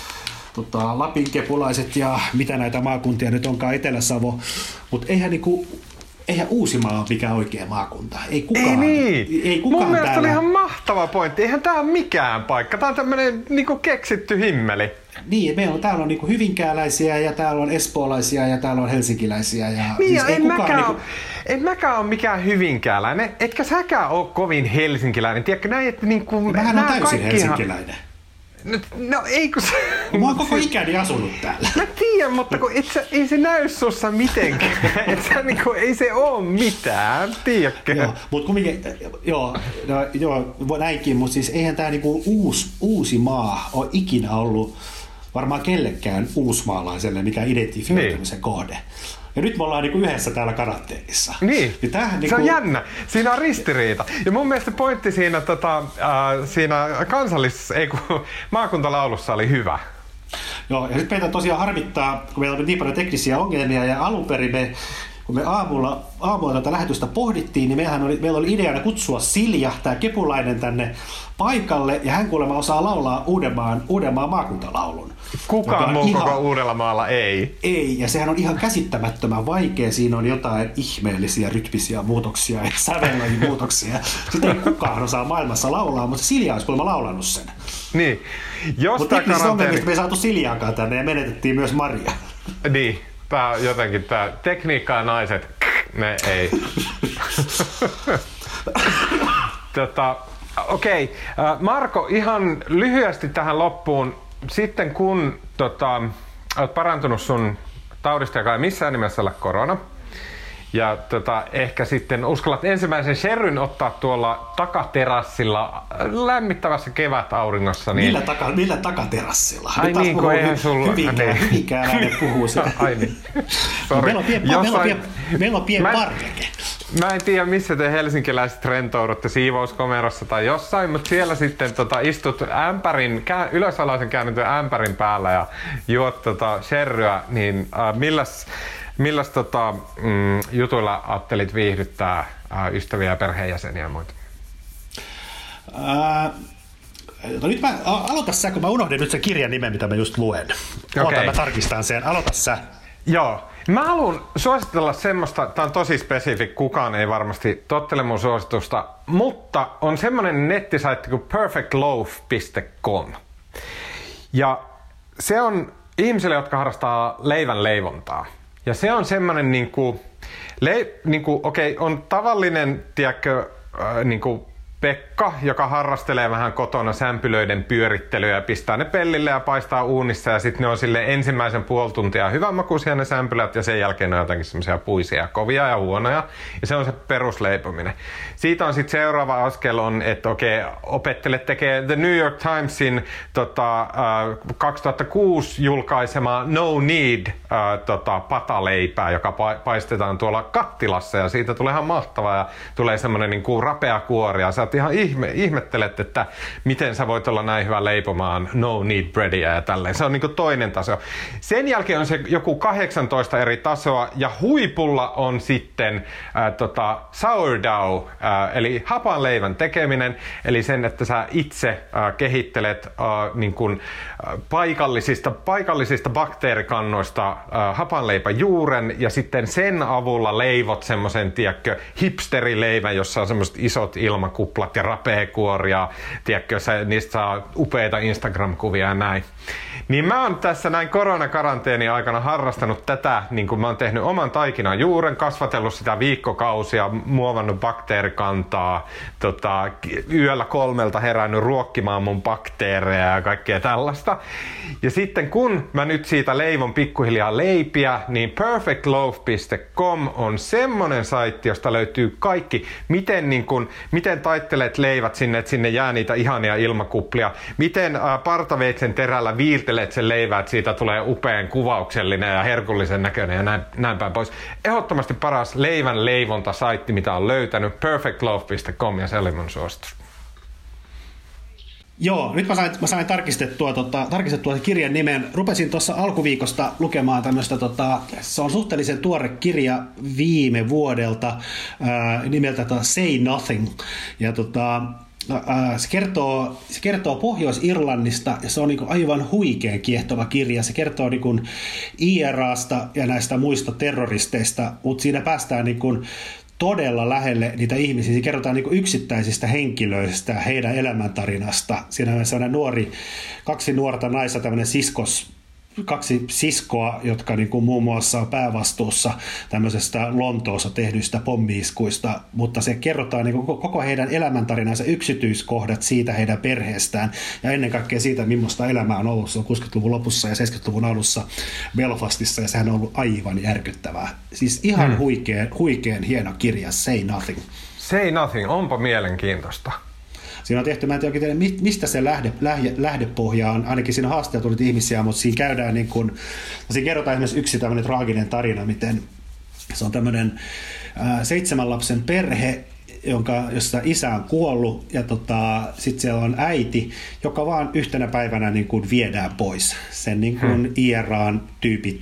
tota, Lapin kepulaiset ja mitä näitä maakuntia nyt onkaan, Etelä-Savo, mutta eihän niinku Eihän Uusimaa ole mikään oikea maakunta. Ei kukaan. Ei niin. Ei kukaan Mun mielestä täällä... oli ihan mahtava pointti. Eihän tää ole mikään paikka. Tää on tämmönen niinku keksitty himmeli. Niin, meillä on, täällä on niinku hyvinkääläisiä ja täällä on espoolaisia ja täällä on helsinkiläisiä. Ja niin, siis ja ei en, kukaan mäkään niinku... ole, en mäkään ole mikään hyvinkääläinen. Etkä säkään ole kovin helsinkiläinen. Tiedätkö näin, että niinku... Mähän on täysin kaikkihan... helsinkiläinen. No, no ei kun se... Mä oon koko ikäni asunut täällä. Mä tiedän, mutta kun et sä, ei se näy sussa mitenkään. Et sä, niin kuin, ei se oo mitään, tiedätkö? Joo, mutta kumminkin, joo, no, joo, näinkin, mutta siis eihän tää niinku uusi, uusi maa ole ikinä ollut varmaan kellekään uusmaalaiselle mikään identifioitumisen niin. kohde. Ja nyt me ollaan niinku yhdessä täällä karanteennissa. Niin, ja tämähän, niinku... se on niinku... jännä. Siinä on ristiriita. Ja mun mielestä pointti siinä, tota, äh, siinä kansallis... ei kun maakuntalaulussa oli hyvä. Joo, ja nyt meitä tosiaan harmittaa, kun meillä on niin paljon teknisiä ongelmia, ja alun perin me, kun me aamulla, aamulla tätä lähetystä pohdittiin, niin meillähän oli, meillä oli ideana kutsua Silja, tämä kepulainen, tänne paikalle, ja hän kuulemma osaa laulaa Uudenmaan, Uudenmaan maakuntalaulun. Kukaan muu ihan... koko Uudellamaalla ei. Ei, ja sehän on ihan käsittämättömän vaikea. Siinä on jotain ihmeellisiä rytmisiä muutoksia ja sävellajien muutoksia. Sitä ei kukaan osaa maailmassa laulaa, mutta Silja olisi kuulemma laulannut sen. Niin. Mutta teknisistä karanteeni... ongelmista me ei saatu Siljaakaan tänne ja menetettiin myös Maria. Niin. Tää on jotenkin tää tekniikka ja naiset, ne ei. tota, okei, okay. Marko, ihan lyhyesti tähän loppuun. Sitten kun tota, olet parantunut sun taudista, joka ei missään nimessä ole korona, ja tota, ehkä sitten uskallat ensimmäisen sherryn ottaa tuolla takaterassilla lämmittävässä kevätauringossa. Niin... Millä, taka, millä takaterassilla? Ai nyt niin, kun eihän sulla... Hyvinkään, hyvinkääläinen puhuu sitä. Ai niin. Sorry. Meillä on pien, Jossain... meillä on pien, meillä on pien mä... parveke. Mä en tiedä, missä te helsinkiläiset rentoudutte, siivouskomerossa tai jossain, mutta siellä sitten tota, istut ämpärin, kää, ylösalaisin käännetyn ämpärin päällä ja juot tota, sherryä, niin äh, milläs, milläs tota, mm, jutuilla ajattelit viihdyttää äh, ystäviä ja perheenjäseniä ja muita? Äh, no nyt mä, aloita sä, kun mä unohdin nyt sen kirjan nimen, mitä mä just luen. Okay. Oota, mä tarkistan sen. Aloita sä. Joo. Mä haluan suositella semmoista, tää on tosi spesifi, kukaan ei varmasti tottele mun suositusta, mutta on semmoinen nettisaitti kuin perfect loaf piste com. Ja se on ihmisille, jotka harrastaa leivän leivontaa. Ja se on semmoinen niinku, le, niinku okei, okay, on tavallinen, tiedätkö, äh, niinku Pekka, joka harrastelee vähän kotona sämpylöiden pyörittelyä ja pistää ne pellille ja paistaa uunissa ja sitten ne on sille ensimmäisen puoli tuntia hyvänmakuisia ne sämpylät ja sen jälkeen ne on jotenkin semmoisia puisia, kovia ja huonoja ja se on se perusleipominen. Siitä on sitten seuraava askel on, että okei, opettele tekee The New York Timesin tota, äh, kaksituhattakuusi julkaisema No Need äh, tota, pataleipää, joka pa- paistetaan tuolla kattilassa ja siitä tulee ihan mahtavaa ja tulee semmoinen niin kuin rapea kuori ja sä ihan ihme, ihmettelet, että miten sä voit olla näin hyvä leipomaan no need breadia ja tälleen. Se on niinku toinen taso. Sen jälkeen on se joku kahdeksantoista eri tasoa ja huipulla on sitten ää, tota, sourdough, ää, eli hapanleivän tekeminen, eli sen, että sä itse ää, kehittelet ää, niin kun, ää, paikallisista, paikallisista bakteerikannoista ää, hapanleipäjuuren ja sitten sen avulla leivot semmoisen, tiedätkö, hipsterileivän, jossa on semmoiset isot ilmakupit kuplat ja rapeekuori ja tiedätkö, se, niistä saa upeita Instagram-kuvia ja näin. Niin mä oon tässä näin koronakaranteeni aikana harrastanut tätä, niin kuin mä oon tehnyt oman taikinan juuren, kasvatellut sitä viikkokausia, muovannut bakteerikantaa, tota, yöllä kolmelta herännyt ruokkimaan mun bakteereja ja kaikkea tällaista. Ja sitten kun mä nyt siitä leivon pikkuhiljaa leipiä, niin perfect loaf piste com on semmonen saitti, josta löytyy kaikki, miten, niin kun, miten taittelet leivät sinne, että sinne jää niitä ihania ilmakuplia, miten ää, partaveitsen terällä viiltelet sen leivää, että siitä tulee upean kuvauksellinen ja herkullisen näköinen ja näin, näin päin pois. Ehdottomasti paras leivän leivonta-saitti, mitä on löytänyt, perfect loaf piste com, ja se oli mun suositus. Joo, nyt mä sain, mä sain tarkistettua, tota, tarkistettua kirjan nimen. Rupesin tuossa alkuviikosta lukemaan tämmöistä, tota, se on suhteellisen tuore kirja viime vuodelta ää, nimeltä tota Say Nothing. Ja tota, ää, se, kertoo, se kertoo Pohjois-Irlannista ja se on niinku aivan huikean kiehtova kirja. Se kertoo niinku I R A:sta ja näistä muista terroristeista, mutta siinä päästään niinku todella lähelle niitä ihmisiä. Siinä kerrotaan niin kuin yksittäisistä henkilöistä, heidän elämäntarinasta. Siinä on sellainen nuori, kaksi nuorta naista, tämmöinen siskos, kaksi siskoa, jotka niin kuin muun muassa on päävastuussa tämmöisestä Lontoossa tehdyistä pommi-iskuista, mutta se kerrotaan niin kuin koko heidän elämäntarinansa yksityiskohdat siitä heidän perheestään ja ennen kaikkea siitä, millaista elämää on ollut. Se on kuusikymmentäluvun lopussa ja seitsemänkymmentäluvun alussa Belfastissa ja sehän on ollut aivan järkyttävää. Siis ihan hmm. huikean, huikean hieno kirja, Say Nothing. Say Nothing, onpa mielenkiintoista. Siinä on tehty, mä en tiedä, mistä se lähde, lähde, lähdepohja on, ainakin siinä haasteella tullut ihmisiä, mutta siinä käydään niin kuin, siinä kerrotaan esimerkiksi yksi tämmöinen traaginen tarina, miten se on tämmöinen ää, seitsemän lapsen perhe, jonka, jossa isä on kuollut ja tota, sitten siellä on äiti, joka vaan yhtenä päivänä niin kuin viedään pois. Sen niin kuin hmm. I R A-tyypit,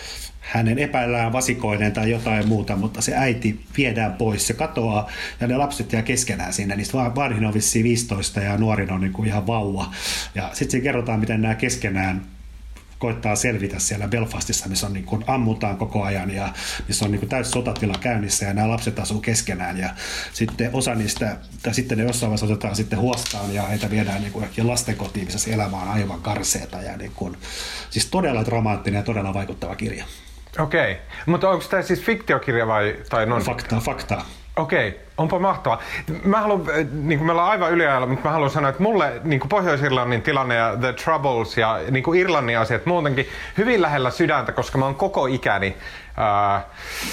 hänen epäillään vasikoinen tai jotain muuta, mutta se äiti viedään pois, se katoaa ja ne lapset jää keskenään sinne. Niistä vanhin on vissiin viisitoista ja nuorin on niin kuin ihan vauva. Ja sitten siinä kerrotaan, miten nämä keskenään koittaa selvitä siellä Belfastissa, missä on niin kuin ammutaan koko ajan ja missä on niin kuin täysi sotatila käynnissä ja nämä lapset asuu keskenään ja sitten osa niistä, tai sitten ne jossain vaiheessa otetaan sitten huostaan ja heitä viedään niin kuin lastenkotiin, missä se elämä on aivan karseeta ja niin kuin, siis todella dramaattinen ja todella vaikuttava kirja. Okei, okay. Mutta onko tämä siis fiktiokirja vai tai non? Faktaa, faktaa. Okei, okay. Onpa mahtavaa. Mä haluan, niin kuin me ollaan aivan yliajalla, mutta mä haluan sanoa, että mulle niin kuin Pohjois-Irlannin tilanne ja The Troubles ja niin kuin Irlannin asiat muutenkin hyvin lähellä sydäntä, koska mä oon koko ikäni ää,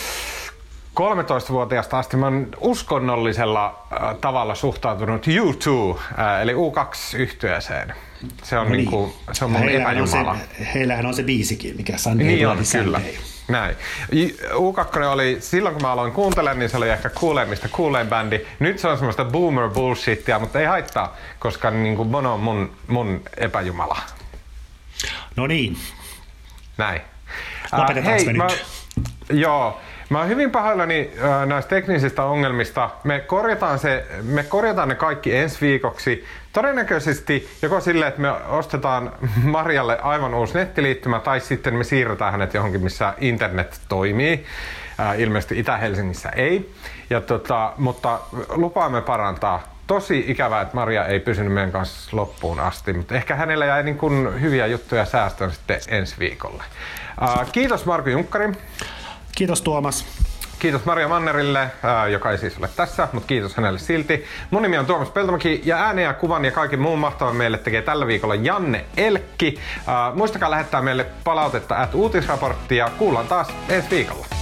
kolmetoistavuotiaasta asti mä oon uskonnollisella ää, tavalla suhtautunut U kaksi, ää, eli U kaksi-yhtyeeseen. Se on, no niin. Niin kuin, se on mun epäjumala. Se, heillähän on se biisikin, mikä Sunday niin on, Sunday. Kyllä. Näin. U kaksi oli, silloin kun mä aloin kuuntelemaan, niin se oli ehkä kuuleimmista kuulein bändi. Nyt se on semmoista boomer bullshittia, mutta ei haittaa, koska niin kuin Bono on mun, mun epäjumala. No niin. Näin. Lopetetaanko me mä, nyt? Joo. Mä oon hyvin pahoillani äh, näistä teknisistä ongelmista. Me korjataan, se, me korjataan ne kaikki ensi viikoksi. Todennäköisesti joko silleen, että me ostetaan Marjalle aivan uusi nettiliittymä tai sitten me siirretään hänet johonkin, missä internet toimii. Äh, ilmeisesti Itä-Helsingissä ei. Ja tota, mutta lupaamme parantaa. Tosi ikävää, että Maria ei pysynyt meidän kanssa loppuun asti, mutta ehkä hänellä jäi niin kuin hyviä juttuja säästöön sitten ensi viikolle. Äh, kiitos Marko Junkkari. Kiitos Tuomas. Kiitos Maria Mannerille, ää, joka ei siis ole tässä, mutta kiitos hänelle silti. Mun nimi on Tuomas Peltomäki ja äänen ja kuvan ja kaiken muun mahtavan meille tekee tällä viikolla Janne Elkki. Ää, muistakaa lähettää meille palautetta at uutisraporttia. Kuullaan taas ensi viikolla.